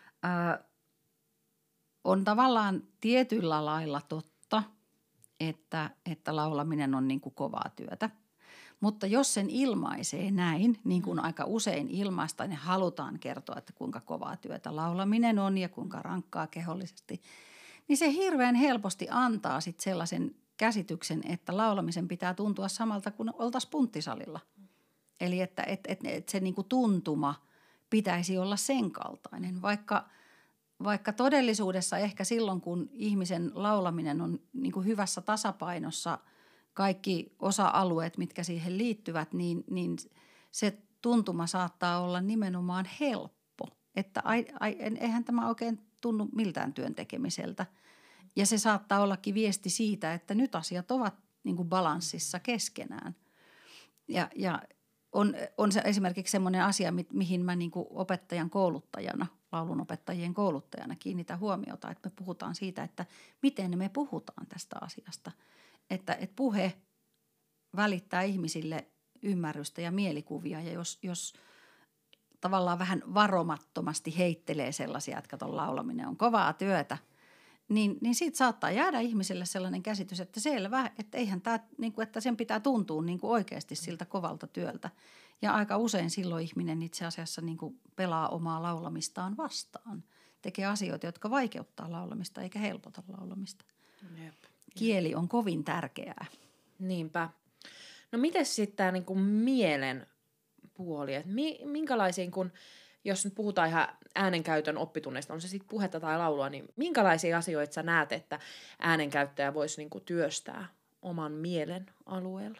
On tavallaan tietyllä lailla totta, että laulaminen on niin kuin kovaa työtä. Mutta jos sen ilmaisee näin, niin kuin aika usein ilmaistaan ja halutaan kertoa, että kuinka kovaa työtä laulaminen on ja kuinka rankkaa kehollisesti, niin se hirveän helposti antaa sitten sellaisen käsityksen, että laulamisen pitää tuntua samalta kuin oltaisiin punttisalilla. Eli että se niin kuin tuntuma pitäisi olla sen kaltainen, vaikka todellisuudessa ehkä silloin, kun ihmisen laulaminen on niin kuin hyvässä tasapainossa, kaikki osa-alueet, mitkä siihen liittyvät, niin se tuntuma saattaa olla nimenomaan helppo. Että eihän tämä oikein tunnu miltään työn tekemiseltä. Ja se saattaa ollakin viesti siitä, että nyt asiat ovat niin kuin balanssissa keskenään. Ja on se esimerkiksi semmoinen asia, mihin mä niin kuin opettajan kouluttajana, laulunopettajien kouluttajana kiinnitän huomiota, että me puhutaan siitä, että miten me puhutaan tästä asiasta. Että puhe välittää ihmisille ymmärrystä ja mielikuvia ja jos tavallaan vähän varomattomasti heittelee sellaisia, että kato laulaminen on kovaa työtä, niin siitä saattaa jäädä ihmiselle sellainen käsitys, että selvä, että eihän tämä, niin kuin, että sen pitää tuntua niin kuin oikeasti siltä kovalta työltä. Ja aika usein silloin ihminen itse asiassa niin kuin pelaa omaa laulamistaan vastaan. Tekee asioita, jotka vaikeuttaa laulamista eikä helpota laulamista. Jep. Kieli on kovin tärkeää. Niinpä. No miten sitten tämä niinku mielen puoli? Et minkälaisiin, jos nyt puhutaan ihan äänenkäytön oppitunneista, on se sitten puhetta tai laulua, niin minkälaisia asioita sä näet, että äänenkäyttäjä voisi niinku työstää oman mielen alueella?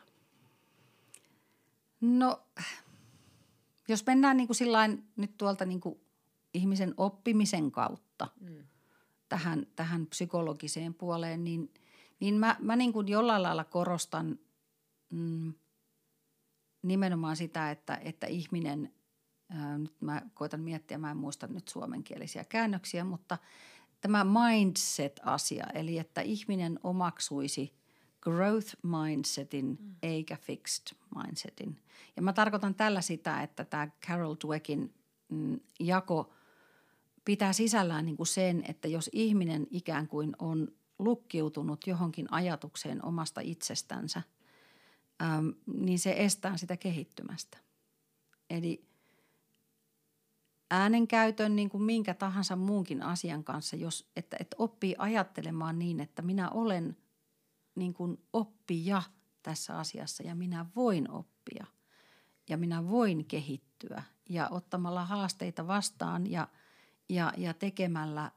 No, jos mennään niinku sillain nyt tuolta niinku ihmisen oppimisen kautta tähän psykologiseen puoleen, niin mä niin kuin jollain lailla korostan nimenomaan sitä, että ihminen, nyt mä koitan miettiä, mä en muista nyt suomenkielisiä käännöksiä, mutta tämä mindset-asia, eli että ihminen omaksuisi growth mindsetin eikä fixed mindsetin. Ja mä tarkoitan tällä sitä, että tämä Carol Dweckin jako pitää sisällään niin kuin sen, että jos ihminen ikään kuin on lukkiutunut johonkin ajatukseen omasta itsestänsä, niin se estää sitä kehittymästä. Eli äänenkäytön niin kuin minkä tahansa muunkin asian kanssa, että oppii ajattelemaan niin, että minä olen niin kuin oppija tässä asiassa ja minä voin oppia ja minä voin kehittyä ja ottamalla haasteita vastaan ja tekemällä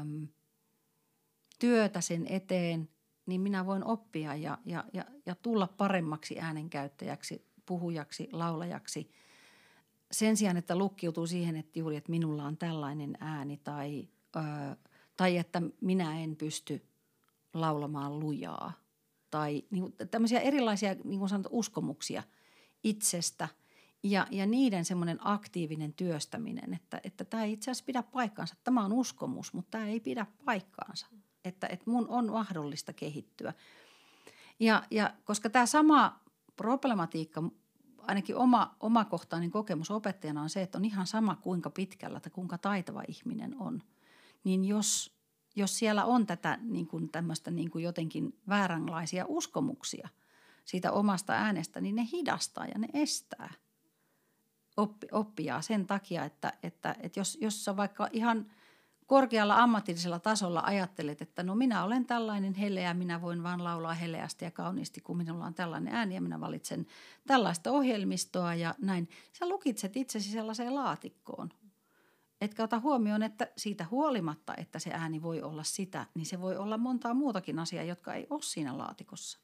työtä sen eteen, niin minä voin oppia ja tulla paremmaksi äänenkäyttäjäksi, puhujaksi, laulajaksi. Sen sijaan, että lukkiutuu siihen, että juuri, että minulla on tällainen ääni tai että minä en pysty laulamaan lujaa. Tai niin kuin, tämmöisiä erilaisia niin kuin sanot, uskomuksia itsestä ja niiden semmoinen aktiivinen työstäminen, että tämä ei itse asiassa pidä paikkaansa. Tämä on uskomus, mutta tämä ei pidä paikkaansa, että mun on mahdollista kehittyä. Ja koska tämä sama problematiikka, ainakin omakohtainen kokemus opettajana on se, että on ihan sama kuinka pitkällä tai kuinka taitava ihminen on, niin jos siellä on tätä niin kuin tämmöistä niin kuin jotenkin vääränlaisia uskomuksia siitä omasta äänestä, niin ne hidastaa ja ne estää oppijaa sen takia, että jos sä vaikka ihan korkealla ammatillisella tasolla ajattelet, että no minä olen tällainen heleä, minä voin vaan laulaa heleästi ja kauniisti, kun minulla on tällainen ääni ja minä valitsen tällaista ohjelmistoa ja näin. Sä lukitset itsesi sellaiseen laatikkoon. Etkä ota huomioon, että siitä huolimatta, että se ääni voi olla sitä, niin se voi olla montaa muutakin asiaa, jotka ei ole siinä laatikossa.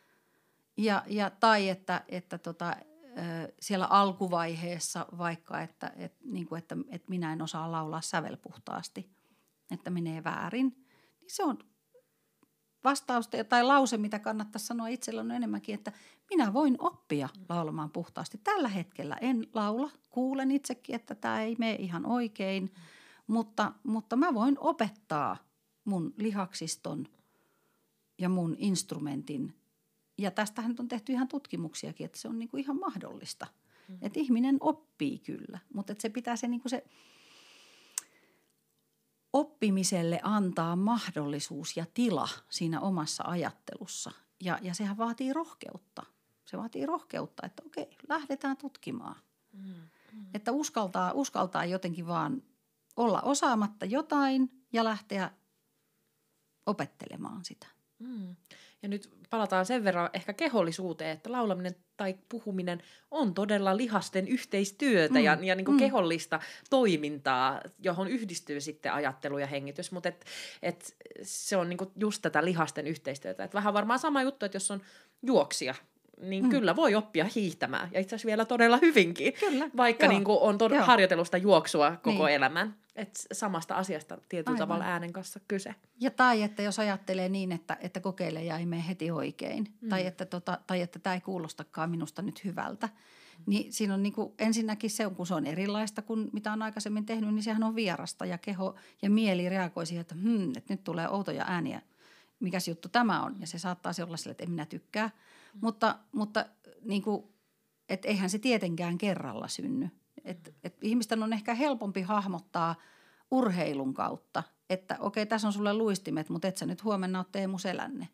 Tai että siellä alkuvaiheessa vaikka, että minä en osaa laulaa sävelpuhtaasti, että menee väärin, niin se on vastaus tai lause, mitä kannattaisi sanoa itsellä on enemmänkin, että minä voin oppia laulamaan puhtaasti. Tällä hetkellä en laula, kuulen itsekin, että tämä ei mene ihan oikein, mutta mä voin opettaa mun lihaksiston ja mun instrumentin. Ja tästähän on tehty ihan tutkimuksiakin, että se on niinku ihan mahdollista. Että ihminen oppii kyllä, mutta että se pitää se, niinku se oppimiselle antaa mahdollisuus ja tila siinä omassa ajattelussa. Ja sehän vaatii rohkeutta. Se vaatii rohkeutta, että okei, lähdetään tutkimaan. Että uskaltaa jotenkin vaan olla osaamatta jotain ja lähteä opettelemaan sitä. Ja nyt palataan sen verran ehkä kehollisuuteen, että laulaminen tai puhuminen on todella lihasten yhteistyötä ja niin kuin kehollista toimintaa, johon yhdistyy sitten ajattelu ja hengitys, mutta et se on niin kuin just tätä lihasten yhteistyötä. Et vähän varmaan sama juttu, että jos on juoksija, niin kyllä voi oppia hiihtämään ja itse asiassa vielä todella hyvinkin, kyllä, vaikka niin kuin on harjoitelusta juoksua koko elämän. Että samasta asiasta tietyllä tavalla äänen kanssa kyse. Ja tai että jos ajattelee niin, että kokeilee ja ei mene heti oikein, tai että tämä ei kuulostakaan minusta nyt hyvältä, niin siinä on niin kuin ensinnäkin se, kun se on erilaista kuin mitä on aikaisemmin tehnyt, niin sehän on vierasta ja keho ja mieli reagoi siihen, että nyt tulee outoja ääniä, mikäs juttu tämä on. Ja se saattaa olla sille, että en minä tykkää, mutta niin kuin, että eihän se tietenkään kerralla synny. Et ihmisten on ehkä helpompi hahmottaa urheilun kautta, että okei, tässä on sulle luistimet, mutta et sä nyt huomenna ole Teemu Selänne.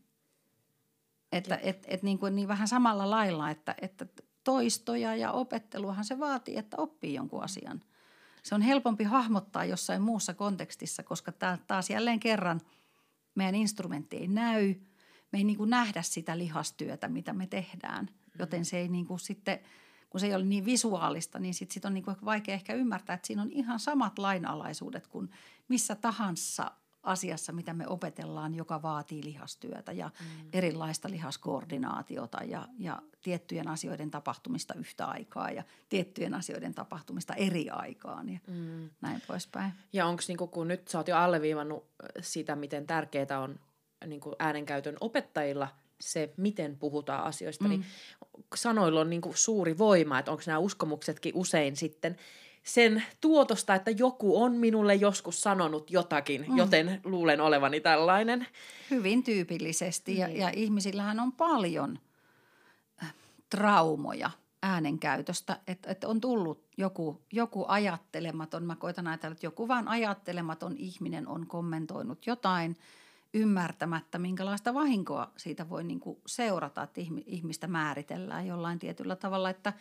Että niin vähän samalla lailla, että toistoja ja opetteluahan se vaatii, että oppii jonkun asian. Se on helpompi hahmottaa jossain muussa kontekstissa, koska taas jälleen kerran meidän instrumentti ei näy. Me ei niin kuin nähdä sitä lihastyötä, mitä me tehdään, joten se ei niin kuin sitten – kun se ei ole niin visuaalista, niin sit on niinku vaikea ehkä ymmärtää, että siinä on ihan samat lainalaisuudet kuin missä tahansa asiassa, mitä me opetellaan, joka vaatii lihastyötä ja erilaista lihaskoordinaatiota ja tiettyjen asioiden tapahtumista yhtä aikaa ja tiettyjen asioiden tapahtumista eri aikaan ja näin poispäin. Ja onko niinku, kun nyt sä oot jo alleviivannut sitä, miten tärkeää on niinku äänenkäytön opettajilla se, miten puhutaan asioista, niin sanoilla on niin kuin suuri voima, että onko nämä uskomuksetkin usein sitten sen tuotosta, että joku on minulle joskus sanonut jotakin, joten luulen olevani tällainen. Hyvin tyypillisesti ja ihmisillähän on paljon traumoja äänenkäytöstä, että on tullut joku ajattelematon, mä koitan ajatella, että joku vaan ajattelematon ihminen on kommentoinut jotain ymmärtämättä, minkälaista vahinkoa siitä voi niin kuin seurata, että ihmistä määritellään jollain tietyllä tavalla, että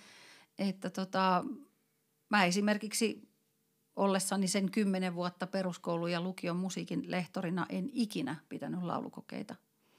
mä esimerkiksi ollessani sen 10 vuotta peruskoulun ja lukion musiikin lehtorina en ikinä pitänyt laulukokeita.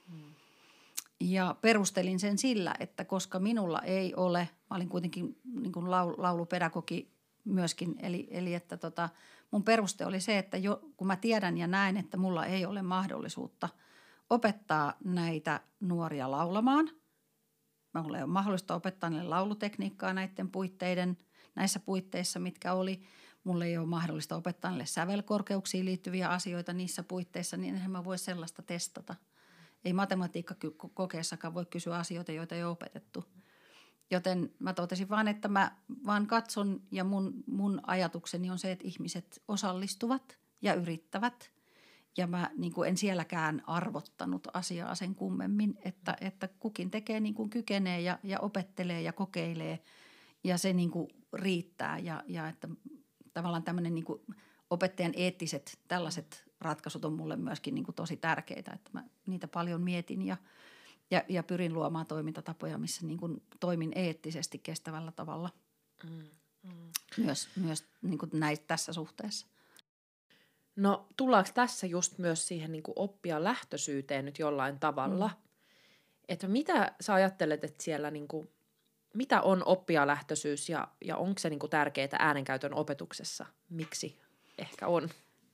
Ja perustelin sen sillä, että koska minulla ei ole, mä olin kuitenkin niin kuin laulupedagogi myöskin, eli että mun peruste oli se, että kun mä tiedän ja näen, että mulla ei ole mahdollisuutta opettaa näitä nuoria laulamaan, mulla ei ole mahdollista opettaa niille laulutekniikkaa näissä puitteissa, mitkä oli. Mulla ei ole mahdollista opettaa niille sävelkorkeuksiin liittyviä asioita niissä puitteissa, niin enhän mä voi sellaista testata. Ei matematiikkakokeessakaan voi kysyä asioita, joita ei ole opetettu. Joten mä totesin vaan, että mä vaan katson ja mun ajatukseni on se, että ihmiset osallistuvat ja yrittävät. Ja mä niin kuin en sielläkään arvottanut asiaa sen kummemmin, että kukin tekee niin kuin kykenee ja opettelee ja kokeilee ja se niin kuin riittää. Ja että tavallaan tämmöinen niin kuin opettajan eettiset tällaiset ratkaisut on mulle myöskin niin kuin tosi tärkeitä, että mä niitä paljon mietin ja pyrin luomaan toimintatapoja, missä niin kuin toimin eettisesti kestävällä tavalla myös niin kuin tässä suhteessa. No tullaanko tässä just myös siihen niin kuin oppia lähtöisyyteen nyt jollain tavalla? Että mitä sä ajattelet, että siellä niin kuin, mitä on oppijalähtöisyys ja onko se niin kuin tärkeää äänenkäytön opetuksessa? Miksi ehkä on?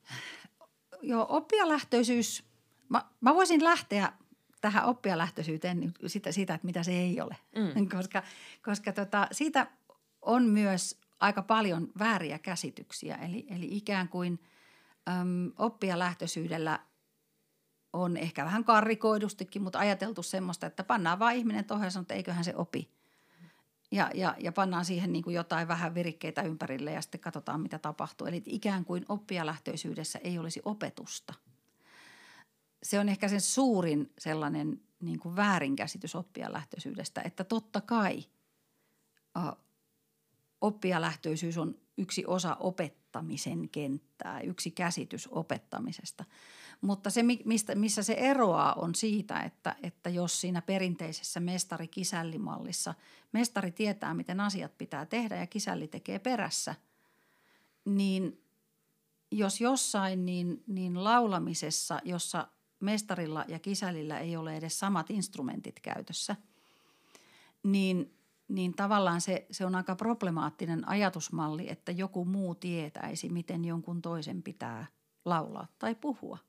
Joo, oppijalähtöisyys, mä voisin lähteä tähän oppijalähtöisyyteen siitä, että mitä se ei ole, koska siitä on myös aika paljon vääriä käsityksiä, eli ikään kuin oppijalähtöisyydellä on ehkä vähän karrikoidustikin, mutta ajateltu semmoista, että pannaan vaan ihminen tuohon ja sanoo, että eiköhän se opi. Ja pannaan siihen niin kuin jotain vähän virikkeitä ympärille ja sitten katsotaan, mitä tapahtuu. Eli ikään kuin oppijalähtöisyydessä ei olisi opetusta. Se on ehkä sen suurin sellainen niin kuin väärinkäsitys oppijalähtöisyydestä, että totta kai oppijalähtöisyys on yksi osa opettamisen kenttää, yksi käsitys opettamisesta. Mutta se, missä se eroaa, on siitä, että jos siinä perinteisessä mestari-kisällimallissa mestari tietää, miten asiat pitää tehdä ja kisälli tekee perässä, niin jos jossain, niin laulamisessa, jossa mestarilla ja kisällillä ei ole edes samat instrumentit käytössä, niin tavallaan se on aika problemaattinen ajatusmalli, että joku muu tietäisi, miten jonkun toisen pitää laulaa tai puhua.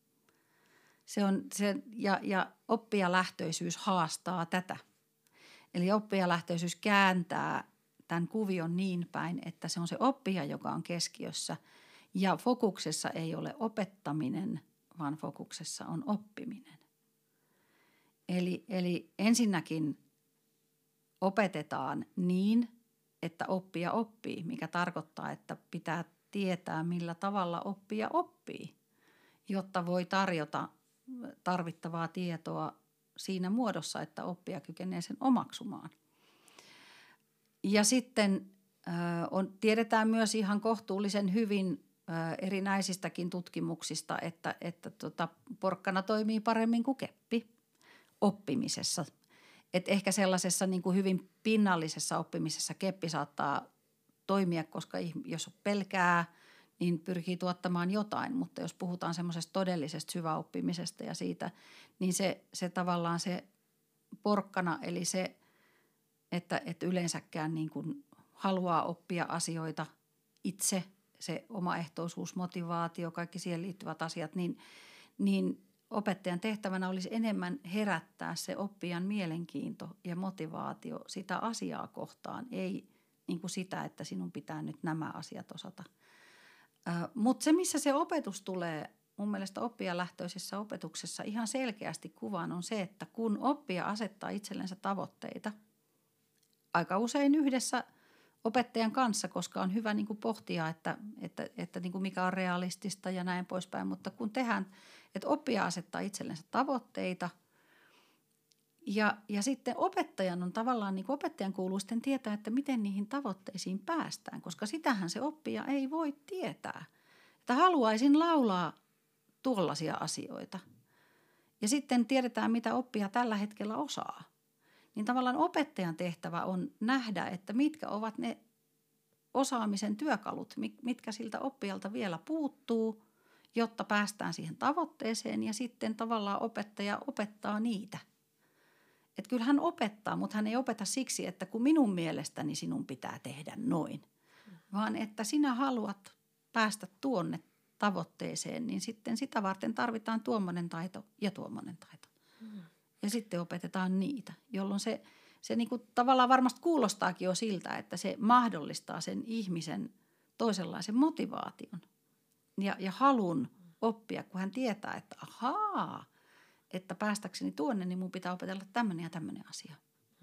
Ja oppijalähtöisyys haastaa tätä. Eli oppijalähtöisyys kääntää tämän kuvion niin päin, että se on se oppija, joka on keskiössä ja fokuksessa ei ole opettaminen, vaan fokuksessa on oppiminen. Eli ensinnäkin opetetaan niin, että oppija oppii, mikä tarkoittaa, että pitää tietää, millä tavalla oppija oppii, jotta voi tarjota tarvittavaa tietoa siinä muodossa, että oppija kykenee sen omaksumaan. Ja sitten tiedetään myös ihan kohtuullisen hyvin erinäisistäkin tutkimuksista, että porkkana toimii paremmin kuin keppi oppimisessa. Et ehkä sellaisessa niin kuin hyvin pinnallisessa oppimisessa keppi saattaa toimia, koska jos pelkää, niin pyrkii tuottamaan jotain. Mutta jos puhutaan semmoisesta todellisesta syväoppimisesta ja siitä, niin se tavallaan se porkkana, eli se, että yleensäkään niin kuin haluaa oppia asioita itse, se omaehtoisuus, motivaatio, kaikki siihen liittyvät asiat, niin opettajan tehtävänä olisi enemmän herättää se oppijan mielenkiinto ja motivaatio sitä asiaa kohtaan, ei niin kuin sitä, että sinun pitää nyt nämä asiat osata. Mutta se, missä se opetus tulee mun mielestä oppijalähtöisessä opetuksessa ihan selkeästi kuvaan, on se, että kun oppija asettaa itsellensä tavoitteita aika usein yhdessä opettajan kanssa, koska on hyvä niin kuin pohtia, että niin kuin mikä on realistista ja näin poispäin. Mutta kun tehdään, että oppija asettaa itsellensä tavoitteita ja sitten opettajan on tavallaan, niin kuin opettajan kuuluu sitten tietää, että miten niihin tavoitteisiin päästään, koska sitähän se oppija ei voi tietää. Että haluaisin laulaa tuollaisia asioita ja sitten tiedetään, mitä oppija tällä hetkellä osaa. Niin tavallaan opettajan tehtävä on nähdä, että mitkä ovat ne osaamisen työkalut, mitkä siltä oppijalta vielä puuttuu, jotta päästään siihen tavoitteeseen ja sitten tavallaan opettaja opettaa niitä. Että kyllä hän opettaa, mutta hän ei opeta siksi, että kun minun mielestäni sinun pitää tehdä noin, vaan että sinä haluat päästä tuonne tavoitteeseen, niin sitten sitä varten tarvitaan tuommoinen taito ja tuommoinen taito. Ja sitten opetetaan niitä, jolloin se niin kuin tavallaan varmasti kuulostaakin jo siltä, että se mahdollistaa sen ihmisen toisenlaisen motivaation ja halun oppia, kun hän tietää, että ahaa, että päästäkseni tuonne, niin mun pitää opetella tämmöinen ja tämmöinen asia.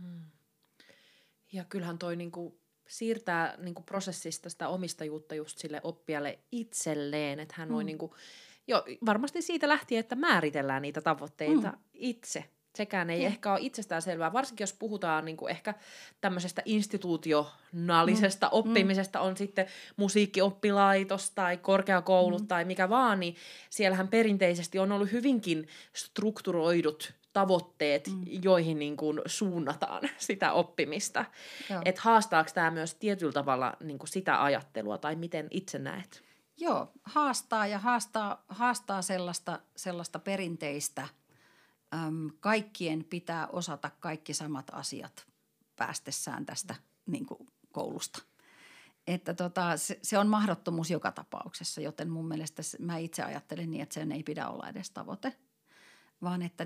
Ja kyllähän toi niinku siirtää niinku prosessista sitä omistajuutta just sille oppijalle itselleen, että hän voi niinku, jo varmasti siitä lähtien, että määritellään niitä tavoitteita itse. Sekään ei ehkä ole itsestään selvää, varsinkin jos puhutaan niinku ehkä tämmöisestä institutionaalisesta oppimisesta, on sitten musiikkioppilaitos tai korkeakoulut tai mikä vaan, niin siellähän perinteisesti on ollut hyvinkin strukturoidut tavoitteet, joihin niin kuin suunnataan sitä oppimista. Että haastaako tämä myös tietyllä tavalla niin kuin sitä ajattelua, tai miten itse näet? Joo, haastaa ja haastaa sellaista perinteistä. Kaikkien pitää osata kaikki samat asiat päästessään tästä niin kuin koulusta. Että se on mahdottomuus joka tapauksessa, joten mun mielestä mä itse ajattelen niin, että sen ei pidä olla edes tavoite, vaan että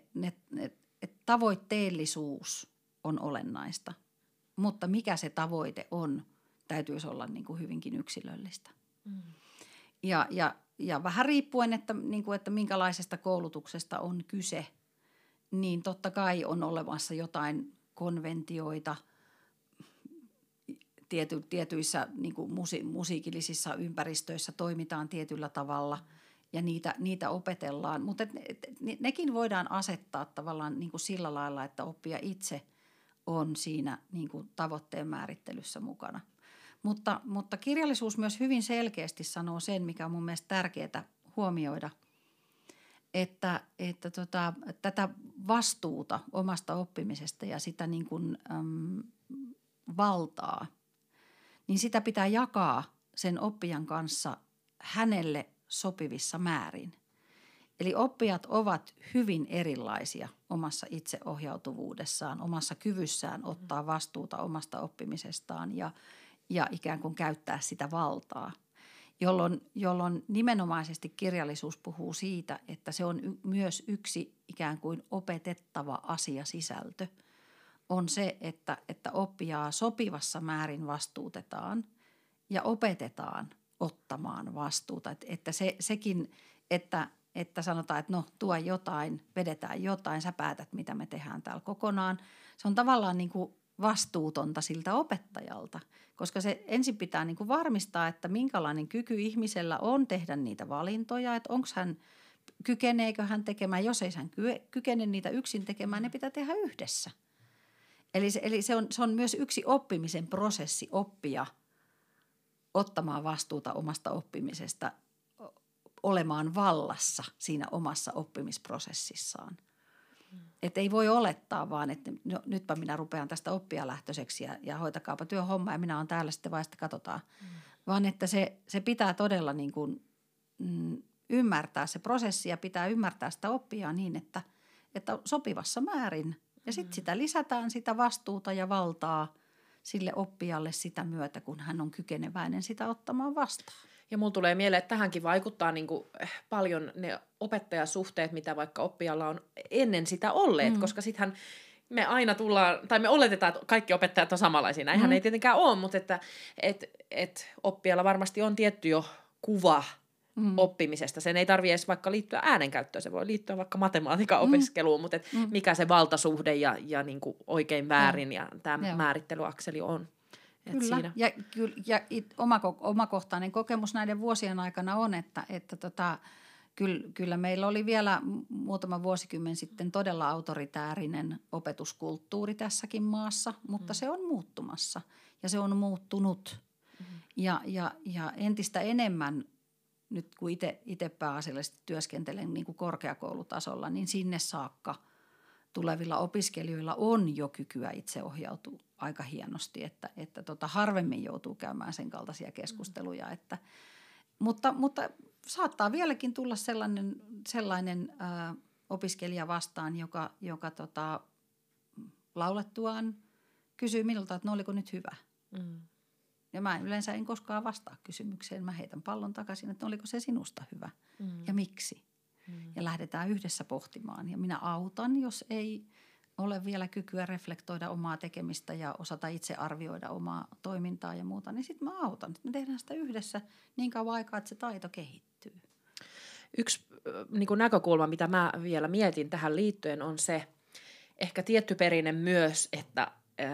tavoitteellisuus on olennaista. Mutta mikä se tavoite on, täytyisi olla niin kuin hyvinkin yksilöllistä. Ja vähän riippuen, että minkälaisesta koulutuksesta on kyse, niin totta kai on olemassa jotain konventioita tietyissä niin kuin musiikillisissa ympäristöissä toimitaan tietyllä tavalla ja niitä opetellaan. Mutta nekin voidaan asettaa tavallaan niin kuin sillä lailla, että oppija itse on siinä niin kuin tavoitteen määrittelyssä mukana. Mutta kirjallisuus myös hyvin selkeästi sanoo sen, mikä on mun mielestä tärkeää huomioida, että tätä vastuuta omasta oppimisesta ja sitä niin kuin, valtaa, niin sitä pitää jakaa sen oppijan kanssa hänelle sopivissa määrin. Eli oppijat ovat hyvin erilaisia omassa itseohjautuvuudessaan, omassa kyvyssään ottaa vastuuta omasta oppimisestaan ja ikään kuin käyttää sitä valtaa, jolloin nimenomaisesti kirjallisuus puhuu siitä, että se on myös yksi ikään kuin opetettava asiasisältö. On se, että oppijaa sopivassa määrin vastuutetaan ja opetetaan ottamaan vastuuta. Että sekin, että sanotaan, että no tuo jotain, vedetään jotain, sä päätät mitä me tehdään täällä kokonaan. Se on tavallaan niin kuin vastuutonta siltä opettajalta, koska se ensin pitää niin kuin varmistaa, että minkälainen kyky ihmisellä on tehdä niitä valintoja, että kykeneekö hän tekemään, jos ei hän kykene niitä yksin tekemään, ne pitää tehdä yhdessä. Eli se on myös yksi oppimisen prosessi oppia ottamaan vastuuta omasta oppimisesta, olemaan vallassa siinä omassa oppimisprosessissaan. Että ei voi olettaa vaan, että no, nytpä minä rupean tästä oppijalähtöiseksi ja hoitakaapa työhomma ja minä olen täällä sitten vaan sitten katsotaan. Vaan että se pitää todella niin kuin, ymmärtää se prosessi ja pitää ymmärtää sitä oppijaa niin, että sopivassa määrin. Ja sitten sitä lisätään sitä vastuuta ja valtaa sille oppijalle sitä myötä, kun hän on kykeneväinen sitä ottamaan vastaan. Ja mulla tulee mieleen, että tähänkin vaikuttaa niin kuin paljon ne opettajasuhteet, mitä vaikka oppijalla on ennen sitä olleet, koska sittenhän me aina tullaan, tai me oletetaan, että kaikki opettajat on samanlaisia. Näinhän ei tietenkään ole, mutta että oppijalla varmasti on tietty jo kuva oppimisesta. Sen ei tarvitse edes vaikka liittyä äänenkäyttöön, se voi liittyä vaikka matematiikan opiskeluun, mutta mikä se valtasuhde ja niin kuin oikein väärin ja tämä määrittelyakseli on. Kyllä, siinä. Ja omakohtainen kokemus näiden vuosien aikana on, että kyllä meillä oli vielä muutama vuosikymmen sitten todella autoritäärinen opetuskulttuuri tässäkin maassa, mutta se on muuttumassa ja se on muuttunut. Ja entistä enemmän nyt kun itse pääasiallisesti työskentelen niin kuin korkeakoulutasolla, niin sinne saakka tulevilla opiskelijoilla on jo kykyä itse ohjautua aika hienosti, että harvemmin joutuu käymään sen kaltaisia keskusteluja. Mutta saattaa vieläkin tulla sellainen opiskelija vastaan, joka laulettuaan kysyy minulta, että no oliko nyt hyvä. Ja mä yleensä en koskaan vastaa kysymykseen. Mä heitän pallon takaisin, että oliko se sinusta hyvä ja miksi. Ja lähdetään yhdessä pohtimaan. Ja minä autan, jos ei ole vielä kykyä reflektoida omaa tekemistä ja osata itse arvioida omaa toimintaa ja muuta, niin sitten mä autan. Me tehdään sitä yhdessä niin kauan aikaa, että se taito kehittyy. Yksi niin kuin näkökulma, mitä mä vielä mietin tähän liittyen, on se ehkä tietty perinne myös, että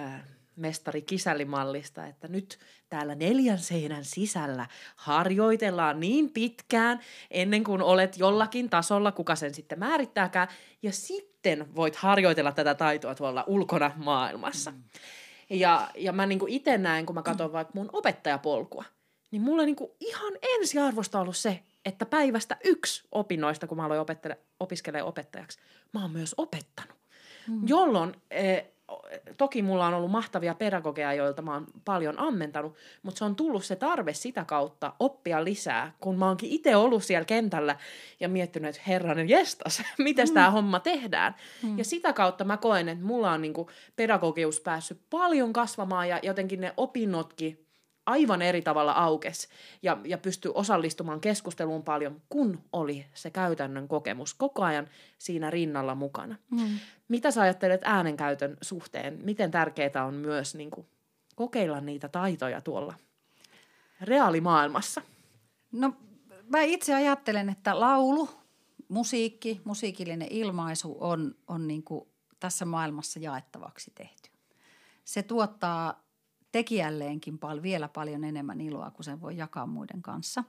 mestari-kisällimallista, että nyt täällä 4 seinän sisällä harjoitellaan niin pitkään ennen kuin olet jollakin tasolla, kuka sen sitten määrittääkään, ja sitten voit harjoitella tätä taitoa tuolla ulkona maailmassa. Ja mä niin kuin itse näen, kun mä katson vaikka mun opettajapolkua, niin mulla niin kuin ihan ensiarvosta ollut se, että päivästä 1 opinnoista, kun mä aloin opiskelemaan opettajaksi, mä oon myös opettanut. Jolloin toki mulla on ollut mahtavia pedagogeja, joilta mä oon paljon ammentanut, mutta se on tullut se tarve sitä kautta oppia lisää, kun mä oonkin itse ollut siellä kentällä ja miettinyt, että herranen jestas, miten tämä homma tehdään. Ja sitä kautta mä koen, että mulla on niinku pedagogius päässyt paljon kasvamaan ja jotenkin ne opinnotkin aivan eri tavalla aukesi ja pystyi osallistumaan keskusteluun paljon, kun oli se käytännön kokemus koko ajan siinä rinnalla mukana. Mitä sä ajattelet äänenkäytön suhteen? Miten tärkeää on myös niin kuin kokeilla niitä taitoja tuolla reaalimaailmassa? No mä itse ajattelen, että laulu, musiikillinen ilmaisu on niin kuin tässä maailmassa jaettavaksi tehty. Se tuottaa tekijälleenkin vielä paljon enemmän iloa, kun sen voi jakaa muiden kanssa.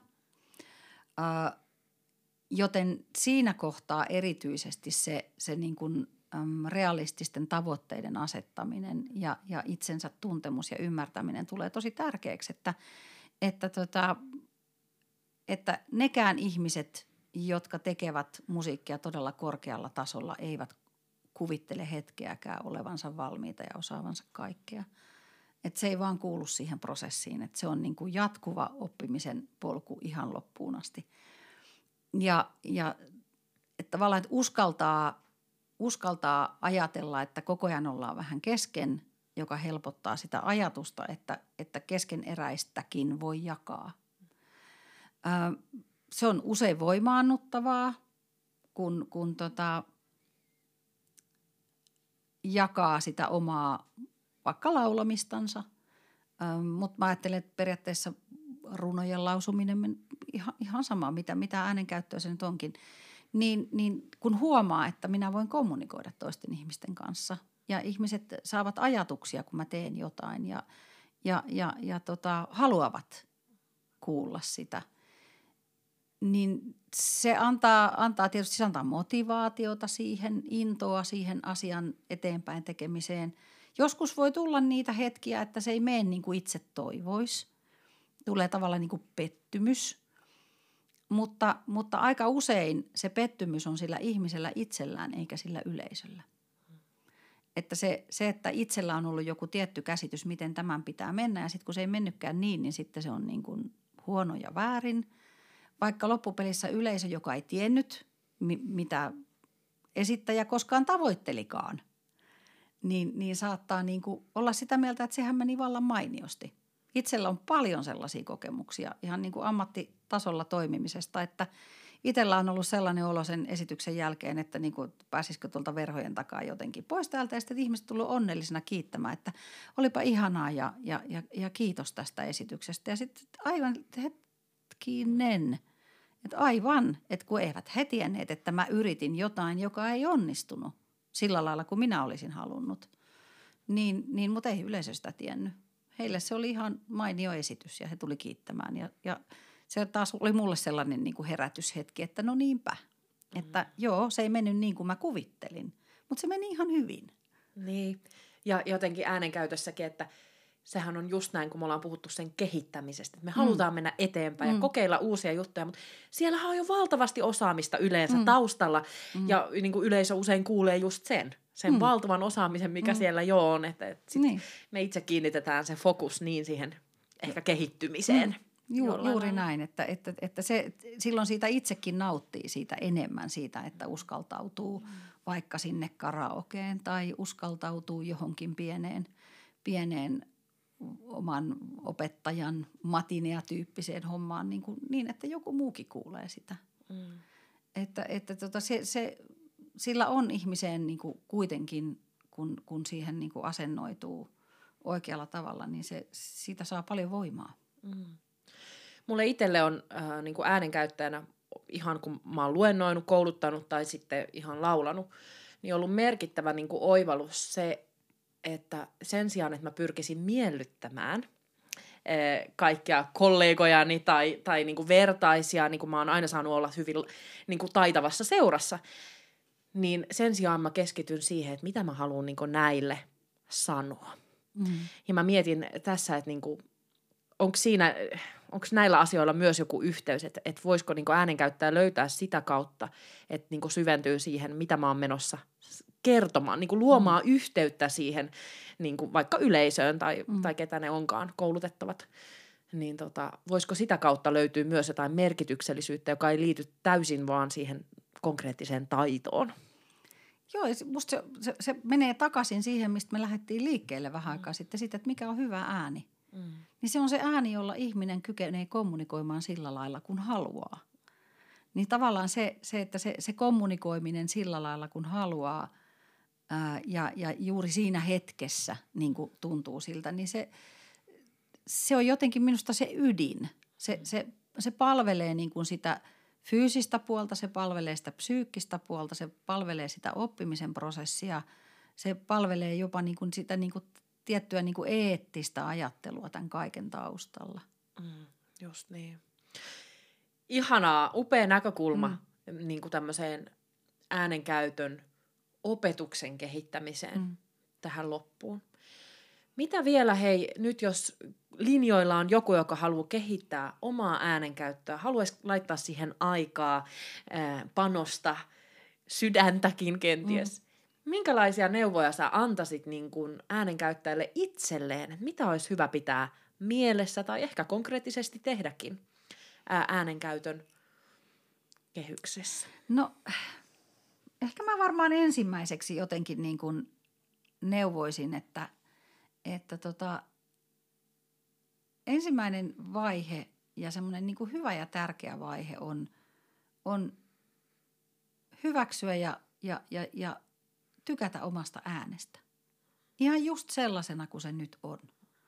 Joten siinä kohtaa erityisesti se niin kuin, realististen tavoitteiden asettaminen ja itsensä tuntemus ja ymmärtäminen tulee tosi tärkeäksi, että nekään ihmiset, jotka tekevät musiikkia todella korkealla tasolla, eivät kuvittele hetkeäkään olevansa valmiita ja osaavansa kaikkea. Että se ei vaan kuulu siihen prosessiin, että se on niin kuin jatkuva oppimisen polku ihan loppuun asti. Ja että tavallaan, että uskaltaa ajatella, että koko ajan ollaan vähän kesken, joka helpottaa sitä ajatusta, että keskeneräistäkin voi jakaa. Se on usein voimaannuttavaa, kun jakaa sitä omaa vaikka laulamistansa, mutta mä ajattelen, että periaatteessa runojen lausuminen ihan sama, mitä äänenkäyttöä se nyt onkin, niin kun huomaa, että minä voin kommunikoida toisten ihmisten kanssa ja ihmiset saavat ajatuksia, kun mä teen jotain ja haluavat kuulla sitä, niin se antaa tietysti motivaatiota siihen, intoa siihen asian eteenpäin tekemiseen. Joskus voi tulla niitä hetkiä, että se ei mene niin kuin itse toivoisi. Tulee tavallaan niin kuin pettymys, mutta aika usein se pettymys on sillä ihmisellä itsellään eikä sillä yleisöllä. Että että itsellä on ollut joku tietty käsitys, miten tämän pitää mennä ja sitten kun se ei mennytkään niin sitten se on niin kuin huono ja väärin. Vaikka loppupelissä yleisö, joka ei tiennyt, mitä esittäjä koskaan tavoittelikaan, niin saattaa niin kuin olla sitä mieltä, että sehän meni vallan mainiosti. Itsellä on paljon sellaisia kokemuksia ihan niin kuin ammattitasolla toimimisesta, että itsellä on ollut sellainen olo sen esityksen jälkeen, että niin kuin pääsisikö tuolta verhojen takaa jotenkin pois täältä. Ja sitten ihmiset tullut onnellisena kiittämään, että olipa ihanaa ja kiitos tästä esityksestä. Ja sitten aivan hetkinen, Että aivan, että kun eivät he tienneet, että mä yritin jotain, joka ei onnistunut sillä lailla, kuin minä olisin halunnut, niin mutta ei yleisö sitä tiennyt. Heille se oli ihan mainio esitys ja he tuli kiittämään ja se taas oli mulle sellainen niin kuin herätyshetki, että no niinpä. Että joo, se ei mennyt niin kuin mä kuvittelin, mutta se meni ihan hyvin. Niin, ja jotenkin äänenkäytössäkin, että sehän on just näin, kun me ollaan puhuttu sen kehittämisestä. Me halutaan mennä eteenpäin ja kokeilla uusia juttuja, mutta siellähän on jo valtavasti osaamista yleensä taustalla. Ja niin kuin yleisö usein kuulee just sen valtavan osaamisen, mikä siellä jo on. Että sit me itse kiinnitetään se fokus niin siihen ehkä kehittymiseen. Juuri näin, että se, silloin siitä itsekin nauttii siitä enemmän siitä, että uskaltautuu vaikka sinne karaokeen tai uskaltautuu johonkin pieneen oman opettajan matinea-tyyppiseen hommaan niin, että joku muukin kuulee sitä. Että sillä on ihmiseen niin kuin kuitenkin, kun siihen niin kuin asennoituu oikealla tavalla, niin siitä saa paljon voimaa. Mulle itselle on niin kuin äänenkäyttäjänä, ihan kun mä oon luennoinut, kouluttanut tai sitten ihan laulanut, niin ollut merkittävä niin kuin oivallus se, että sen sijaan, että mä pyrkisin miellyttämään kaikkia kollegojani tai niin kuin vertaisia, niin kuin mä oon aina saanut olla hyvin niin kuin taitavassa seurassa, niin sen sijaan mä keskityn siihen, että mitä mä haluan niin kuin näille sanoa. Ja mä mietin tässä, että niin kuin, onko näillä asioilla myös joku yhteys, että voisiko niin kuin äänenkäyttäjä löytää sitä kautta, että niin kuin syventyy siihen, mitä mä oon menossa kertomaan, niin kuin luomaan yhteyttä siihen niin kuin vaikka yleisöön tai ketä ne onkaan koulutettavat. Niin voisiko sitä kautta löytyä myös jotain merkityksellisyyttä, joka ei liity täysin vaan siihen konkreettiseen taitoon? Joo, musta se menee takaisin siihen, mistä me lähdettiin liikkeelle vähän aikaa sitten, siitä, että mikä on hyvä ääni. Niin se on se ääni, jolla ihminen kykenee kommunikoimaan sillä lailla, kun haluaa. Niin tavallaan se että se kommunikoiminen sillä lailla, kun haluaa ja juuri siinä hetkessä niin kuin tuntuu siltä, niin se on jotenkin minusta se ydin. Se palvelee niin kuin sitä fyysistä puolta, se palvelee sitä psyykkistä puolta, se palvelee sitä oppimisen prosessia, se palvelee jopa niin kuin sitä niin kuin tiettyä niin kuin eettistä ajattelua tämän kaiken taustalla. Just niin. Ihanaa, upea näkökulma niin kuin tämmöiseen äänenkäytön opetuksen kehittämiseen tähän loppuun. Mitä vielä, hei, nyt jos linjoilla on joku, joka haluaa kehittää omaa äänenkäyttöä, haluaisi laittaa siihen aikaa, panosta, sydäntäkin kenties. Minkälaisia neuvoja sä antaisit niin kuin äänenkäyttäjälle itselleen? Että mitä olisi hyvä pitää mielessä tai ehkä konkreettisesti tehdäkin äänenkäytön kehyksessä? No, ehkä mä varmaan ensimmäiseksi jotenkin niin kuin neuvoisin, että ensimmäinen vaihe ja semmoinen niin kuin hyvä ja tärkeä vaihe on hyväksyä ja tykätä omasta äänestä. Ihan just sellaisena kuin se nyt on.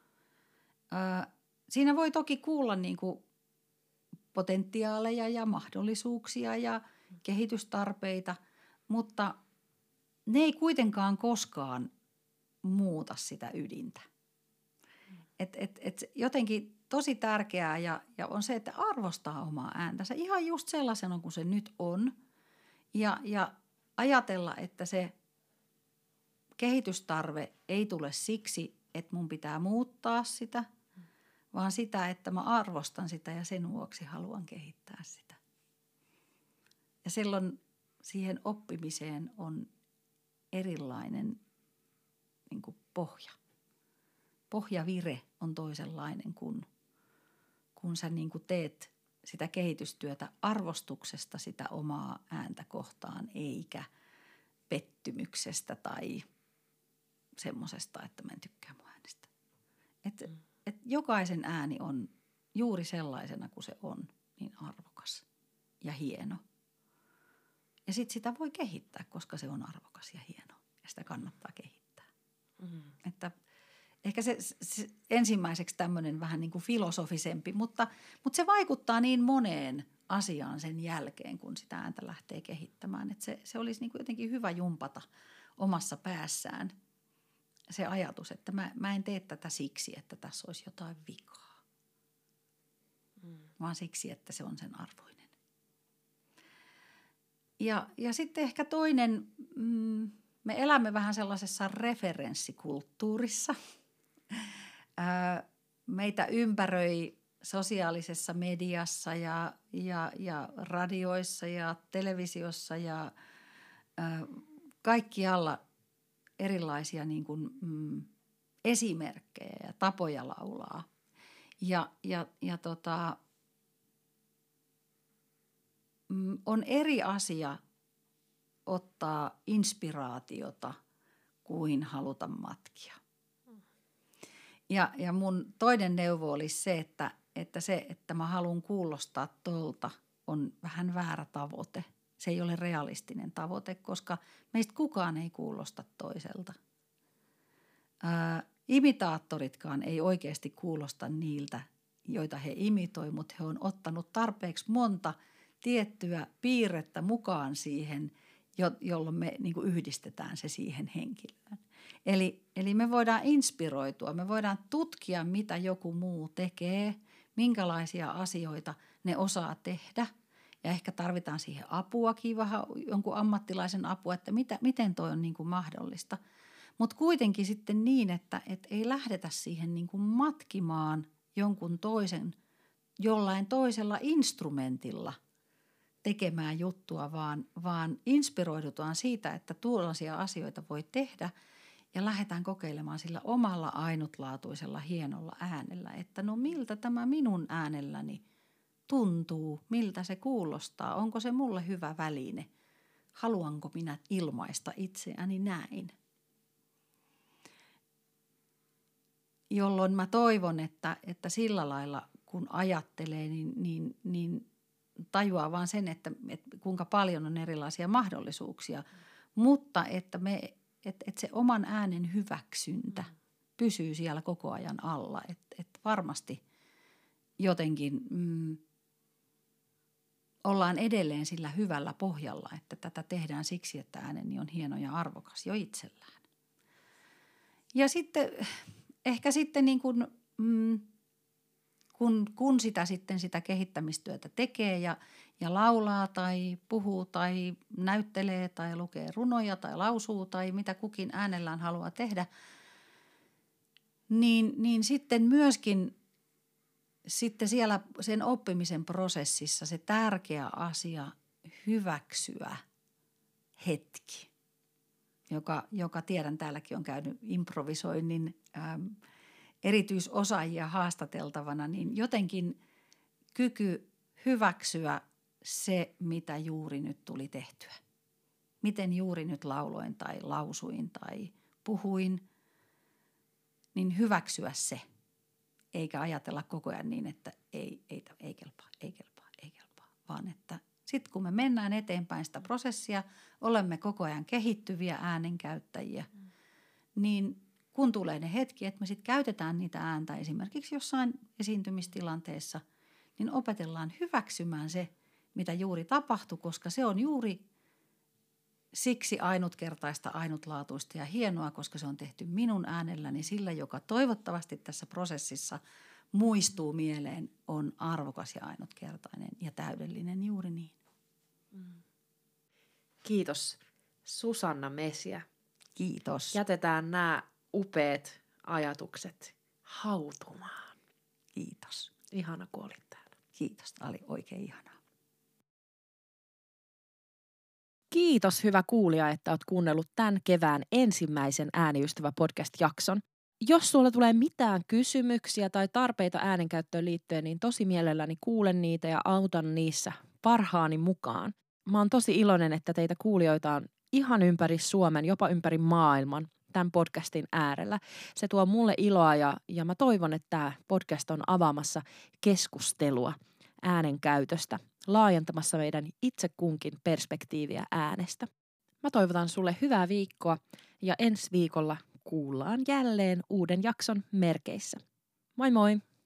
Siinä voi toki kuulla niin kuin potentiaaleja ja mahdollisuuksia ja kehitystarpeita, mutta ne ei kuitenkaan koskaan muuta sitä ydintä. Et jotenkin tosi tärkeää ja on se, että arvostaa omaa ääntänsä ihan just sellaisena kuin se nyt on ja ajatella, että se kehitystarve ei tule siksi, että mun pitää muuttaa sitä, vaan sitä, että mä arvostan sitä ja sen vuoksi haluan kehittää sitä. Ja silloin siihen oppimiseen on erilainen niin kuin pohja. Pohjavire on toisenlainen, kun sä niin kuin teet sitä kehitystyötä arvostuksesta sitä omaa ääntä kohtaan, eikä pettymyksestä tai semmosesta, että mä en tykkää mun äänestä. Et jokaisen ääni on juuri sellaisena kuin se on, niin arvokas ja hieno. Ja sitten sitä voi kehittää, koska se on arvokas ja hieno ja sitä kannattaa kehittää. Että ehkä se ensimmäiseksi tämmöinen vähän niin kuin filosofisempi, mutta se vaikuttaa niin moneen asiaan sen jälkeen, kun sitä ääntä lähtee kehittämään. Että se olisi niin kuin jotenkin hyvä jumpata omassa päässään se ajatus, että mä en tee tätä siksi, että tässä olisi jotain vikaa, vaan siksi, että se on sen arvoinen. Ja sitten ehkä toinen, me elämme vähän sellaisessa referenssikulttuurissa. Meitä ympäröi sosiaalisessa mediassa ja radioissa ja televisiossa ja kaikkialla erilaisia niin kuin, esimerkkejä ja tapoja laulaa. On eri asia ottaa inspiraatiota kuin haluta matkia. Ja mun toinen neuvo olisi se, että mä haluan kuulostaa tolta, on vähän väärä tavoite. Se ei ole realistinen tavoite, koska meistä kukaan ei kuulosta toiselta. Imitaattoritkaan ei oikeasti kuulosta niiltä, joita he imitoi, mutta he on ottanut tarpeeksi monta tiettyä piirrettä mukaan siihen, jolloin me niin kuin yhdistetään se siihen henkilöön. Eli me voidaan inspiroitua, me voidaan tutkia, mitä joku muu tekee, minkälaisia asioita ne osaa tehdä. Ja ehkä tarvitaan siihen apuakin, vähän jonkun ammattilaisen apua, että miten toi on niin kuin mahdollista. Mutta kuitenkin sitten niin, että ei lähdetä siihen niin kuin matkimaan jonkun toisen jollain toisella instrumentilla tekemään juttua, vaan inspiroidutaan siitä, että tuollaisia asioita voi tehdä ja lähdetään kokeilemaan sillä omalla ainutlaatuisella hienolla äänellä, että no miltä tämä minun äänelläni tuntuu, miltä se kuulostaa, onko se mulle hyvä väline, haluanko minä ilmaista itseäni näin. Jolloin mä toivon, että sillä lailla kun ajattelee, niin tajuaa vaan sen, että kuinka paljon on erilaisia mahdollisuuksia, mutta että se oman äänen hyväksyntä pysyy siellä koko ajan alla, että varmasti jotenkin ollaan edelleen sillä hyvällä pohjalla, että tätä tehdään siksi, että ääneni on hieno ja arvokas jo itsellään. Ja sitten ehkä sitten niin kuin, kun sitä kehittämistyötä tekee ja laulaa tai puhuu tai näyttelee tai lukee runoja tai lausuu tai mitä kukin äänellään haluaa tehdä, niin sitten myöskin sitten siellä sen oppimisen prosessissa se tärkeä asia hyväksyä hetki, joka tiedän täälläkin on käynyt improvisoinnin erityisosaajia haastateltavana, niin jotenkin kyky hyväksyä se, mitä juuri nyt tuli tehtyä. Miten juuri nyt lauloin tai lausuin tai puhuin, niin hyväksyä se. Eikä ajatella koko ajan niin, että ei kelpaa, vaan että sitten kun me mennään eteenpäin sitä prosessia, olemme koko ajan kehittyviä äänenkäyttäjiä, niin kun tulee ne hetki, että me sitten käytetään niitä ääntä esimerkiksi jossain esiintymistilanteessa, niin opetellaan hyväksymään se, mitä juuri tapahtui, koska se on juuri siksi ainutkertaista, ainutlaatuista ja hienoa, koska se on tehty minun äänelläni sillä, joka toivottavasti tässä prosessissa muistuu mieleen, on arvokas ja ainutkertainen ja täydellinen juuri niin. Kiitos Susanna Mesiä. Kiitos. Jätetään nämä upeat ajatukset hautumaan. Kiitos. Ihana, kun olit täällä. Kiitos, tämä oli oikein ihanaa. Kiitos hyvä kuulija, että olet kuunnellut tämän kevään ensimmäisen Ääniystävä podcast-jakson. Jos sulla tulee mitään kysymyksiä tai tarpeita äänenkäyttöön liittyen, niin tosi mielelläni kuulen niitä ja autan niissä parhaani mukaan. Mä oon tosi iloinen, että teitä kuulijoita on ihan ympäri Suomen, jopa ympäri maailman tämän podcastin äärellä. Se tuo mulle iloa ja mä toivon, että tämä podcast on avaamassa keskustelua äänenkäytöstä, laajentamassa meidän itse kunkin perspektiiviä äänestä. Mä toivotan sulle hyvää viikkoa ja ensi viikolla kuullaan jälleen uuden jakson merkeissä. Moi moi!